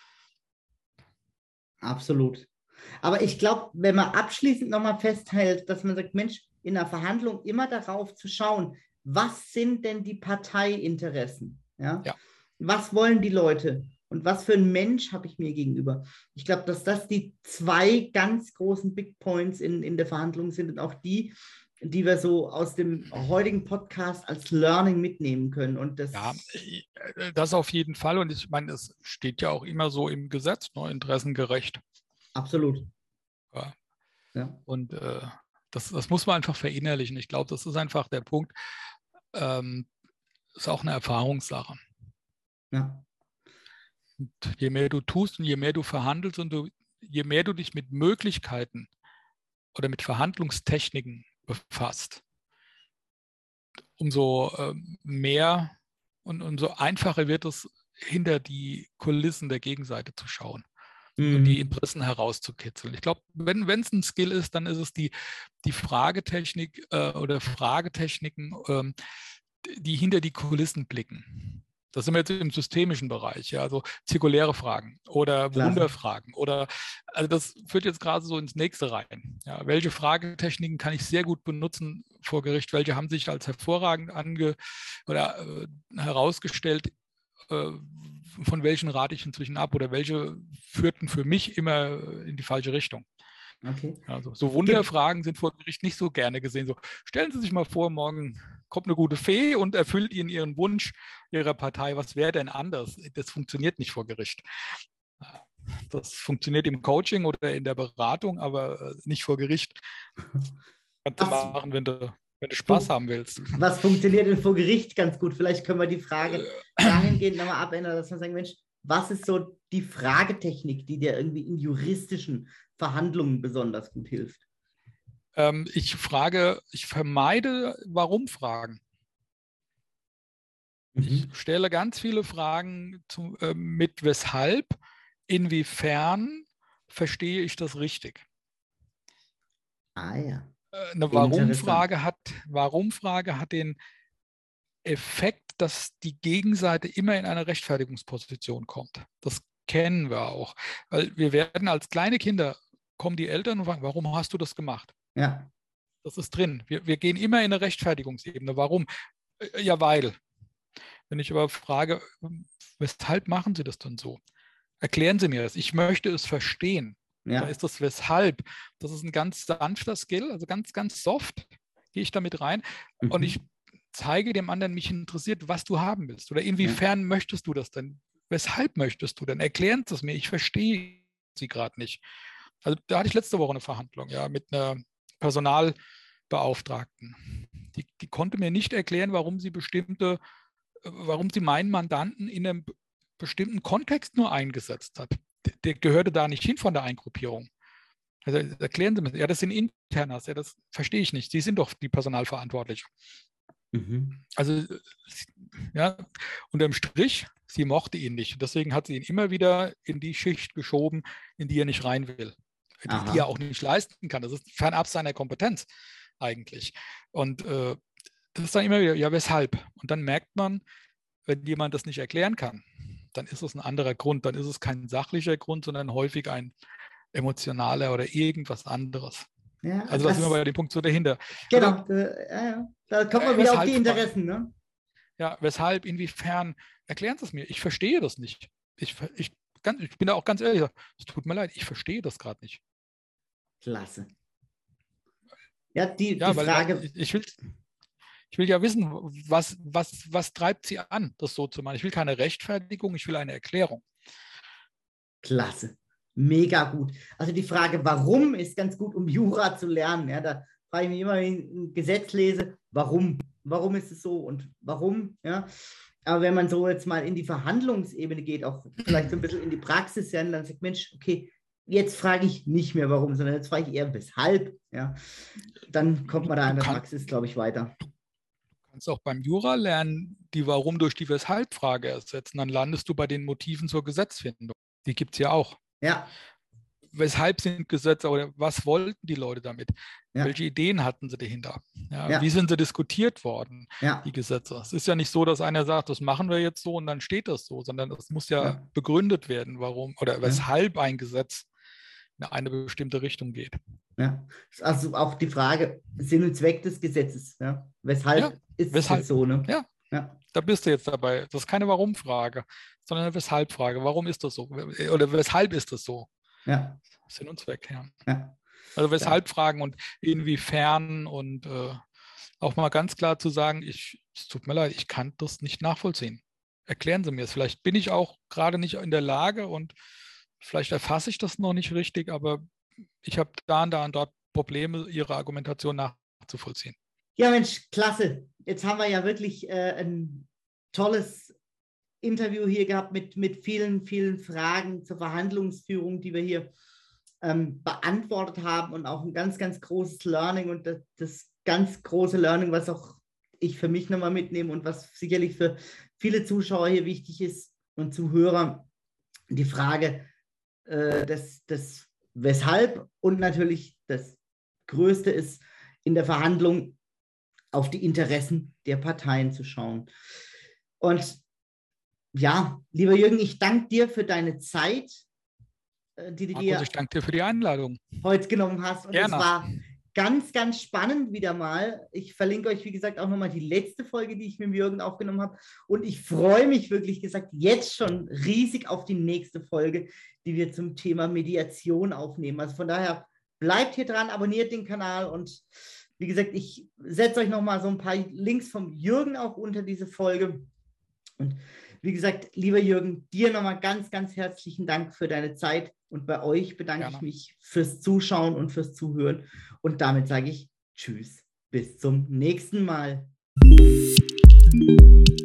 Absolut. Aber ich glaube, wenn man abschließend nochmal festhält, dass man sagt, Mensch, in einer Verhandlung immer darauf zu schauen, was sind denn die Parteiinteressen? Ja? Ja. Was wollen die Leute? Und was für ein Mensch habe ich mir gegenüber? Ich glaube, dass das die zwei ganz großen Big Points in, in der Verhandlung sind und auch die, die wir so aus dem heutigen Podcast als Learning mitnehmen können. Und das ja, das auf jeden Fall. Und ich meine, es steht ja auch immer so im Gesetz, ne, interessengerecht. Absolut. Ja. Ja. Und äh, das, das muss man einfach verinnerlichen. Ich glaube, das ist einfach der Punkt. Ähm, ist auch eine Erfahrungssache. Ja. Und je mehr du tust und je mehr du verhandelst und du, je mehr du dich mit Möglichkeiten oder mit Verhandlungstechniken befasst, umso äh, mehr und umso einfacher wird es, hinter die Kulissen der Gegenseite zu schauen Mhm. und die Interessen herauszukitzeln. Ich glaube, wenn es ein Skill ist, dann ist es die, die Fragetechnik äh, oder Fragetechniken, ähm, die hinter die Kulissen blicken. Das sind wir jetzt im systemischen Bereich, ja, also zirkuläre Fragen oder Klasse. Wunderfragen oder, also das führt jetzt gerade so ins nächste rein. Ja, welche Fragetechniken kann ich sehr gut benutzen vor Gericht? Welche haben sich als hervorragend ange oder äh, herausgestellt? Äh, von welchen rate ich inzwischen ab oder welche führten für mich immer in die falsche Richtung? Okay. Also so Wunderfragen sind vor Gericht nicht so gerne gesehen. So, stellen Sie sich mal vor, morgen kommt eine gute Fee und erfüllt Ihnen Ihren Wunsch Ihrer Partei. Was wäre denn anders? Das funktioniert nicht vor Gericht. Das funktioniert im Coaching oder in der Beratung, aber nicht vor Gericht. Kannst du Was, machen, wenn du, wenn du Spaß haben willst. Was funktioniert denn vor Gericht ganz gut? Vielleicht können wir die Frage dahingehend nochmal abändern, dass man sagen, Mensch, was ist so die Fragetechnik, die dir irgendwie in juristischen Verhandlungen besonders gut hilft? Ähm, ich frage, ich vermeide Warum-Fragen. Mhm. Ich stelle ganz viele Fragen zu, äh, mit Weshalb, inwiefern verstehe ich das richtig? Ah ja. Eine Warum-Frage hat, Warum-Frage hat den Effekt, dass die Gegenseite immer in eine Rechtfertigungsposition kommt. Das kennen wir auch. Weil wir werden als kleine Kinder, kommen die Eltern und fragen, warum hast du das gemacht? Ja. Das ist drin. Wir, wir gehen immer in eine Rechtfertigungsebene. Warum? Ja, weil. Wenn ich aber frage, weshalb machen Sie das denn so? Erklären Sie mir das. Ich möchte es verstehen. Ja. Da ist das Weshalb. Das ist ein ganz sanfter Skill, also ganz, ganz soft gehe ich damit rein. Mhm. Und ich zeige dem anderen, mich interessiert, was du haben willst. Oder inwiefern ja. möchtest du das denn? Weshalb möchtest du denn? Erklären Sie es mir. Ich verstehe Sie gerade nicht. Also da hatte ich letzte Woche eine Verhandlung, ja, mit einer Personalbeauftragten. Die, die konnte mir nicht erklären, warum sie bestimmte, warum sie meinen Mandanten in einem bestimmten Kontext nur eingesetzt hat. Der, der gehörte da nicht hin von der Eingruppierung. Also erklären Sie mir, ja, das sind Internas, ja, das verstehe ich nicht. Sie sind doch die Personalverantwortliche. Mhm. Also, ja, unterm Strich, sie mochte ihn nicht. Deswegen hat sie ihn immer wieder in die Schicht geschoben, in die er nicht rein will. Die, die er auch nicht leisten kann. Das ist fernab seiner Kompetenz eigentlich. Und äh, das ist dann immer wieder, ja, weshalb? Und dann merkt man, wenn jemand das nicht erklären kann, dann ist es ein anderer Grund. Dann ist es kein sachlicher Grund, sondern häufig ein emotionaler oder irgendwas anderes. Ja, also das sind wir bei dem Punkt so dahinter. Genau, also, ja, ja. Da kommt man äh, wieder auf die Interessen. Ne? Ja, weshalb, inwiefern, erklären Sie es mir. Ich verstehe das nicht. Ich, ich, ganz, ich bin da auch ganz ehrlich, es tut mir leid, ich verstehe das gerade nicht. Klasse. Ja, die, ja, die weil, Frage... Weil ich, will, ich will ja wissen, was, was, was treibt Sie an, das so zu machen. Ich will keine Rechtfertigung, ich will eine Erklärung. Klasse. Mega gut. Also die Frage, warum, ist ganz gut, um Jura zu lernen. Ja, da frage ich mich immer, wenn ich ein Gesetz lese, warum? Warum ist es so und warum? Ja, aber wenn man so jetzt mal in die Verhandlungsebene geht, auch vielleicht so ein bisschen in die Praxis, ja, dann sagt Mensch, okay, jetzt frage ich nicht mehr warum, sondern jetzt frage ich eher weshalb. Ja, dann kommt man da in der Praxis, glaube ich, weiter. Du kannst auch beim Jura lernen, die Warum durch die Weshalb-Frage ersetzen. Dann landest du bei den Motiven zur Gesetzfindung. Die gibt es ja auch. Ja. Weshalb sind Gesetze oder was wollten die Leute damit? Ja. Welche Ideen hatten sie dahinter? Ja, ja. Wie sind sie diskutiert worden, ja. die Gesetze? Es ist ja nicht so, dass einer sagt, das machen wir jetzt so und dann steht das so, sondern es muss ja, ja. begründet werden, warum oder weshalb ein Gesetz in eine bestimmte Richtung geht. Ja. Also auch die Frage, Sinn und Zweck des Gesetzes. Ja? Weshalb ist weshalb? es so? Ne? Ja. ja, da bist du jetzt dabei. Das ist keine Warum-Frage, sondern eine Weshalb-Frage. Warum ist das so? Oder weshalb ist das so? Ja. Sinn und Zweck, ja. ja. Also weshalb ja. Fragen und inwiefern und äh, auch mal ganz klar zu sagen, ich, es tut mir leid, ich kann das nicht nachvollziehen. Erklären Sie mir es. Vielleicht bin ich auch gerade nicht in der Lage und vielleicht erfasse ich das noch nicht richtig, aber ich habe da und da und dort Probleme, Ihre Argumentation nachzuvollziehen. Ja, Mensch, klasse. Jetzt haben wir ja wirklich äh, ein tolles Interview hier gehabt mit, mit vielen, vielen Fragen zur Verhandlungsführung, die wir hier ähm, beantwortet haben und auch ein ganz, ganz großes Learning und das, das ganz große Learning, was auch ich für mich nochmal mitnehme und was sicherlich für viele Zuschauer hier wichtig ist und Zuhörer, die Frage äh, des, des Weshalb und natürlich das Größte ist, in der Verhandlung auf die Interessen der Parteien zu schauen. Und ja, lieber Jürgen, ich danke dir für deine Zeit, die du Markus, dir ich danke dir für die Einladung. heute genommen hast. Und es Gerne. war ganz, ganz spannend wieder mal. Ich verlinke euch, wie gesagt, auch nochmal die letzte Folge, die ich mit Jürgen aufgenommen habe. Und ich freue mich wirklich gesagt jetzt schon riesig auf die nächste Folge, die wir zum Thema Mediation aufnehmen. Also von daher bleibt hier dran, abonniert den Kanal und wie gesagt, ich setze euch nochmal so ein paar Links vom Jürgen auch unter diese Folge. Und wie gesagt, lieber Jürgen, dir nochmal ganz, ganz herzlichen Dank für deine Zeit und bei euch bedanke Gerne. ich mich fürs Zuschauen und fürs Zuhören und damit sage ich Tschüss, bis zum nächsten Mal.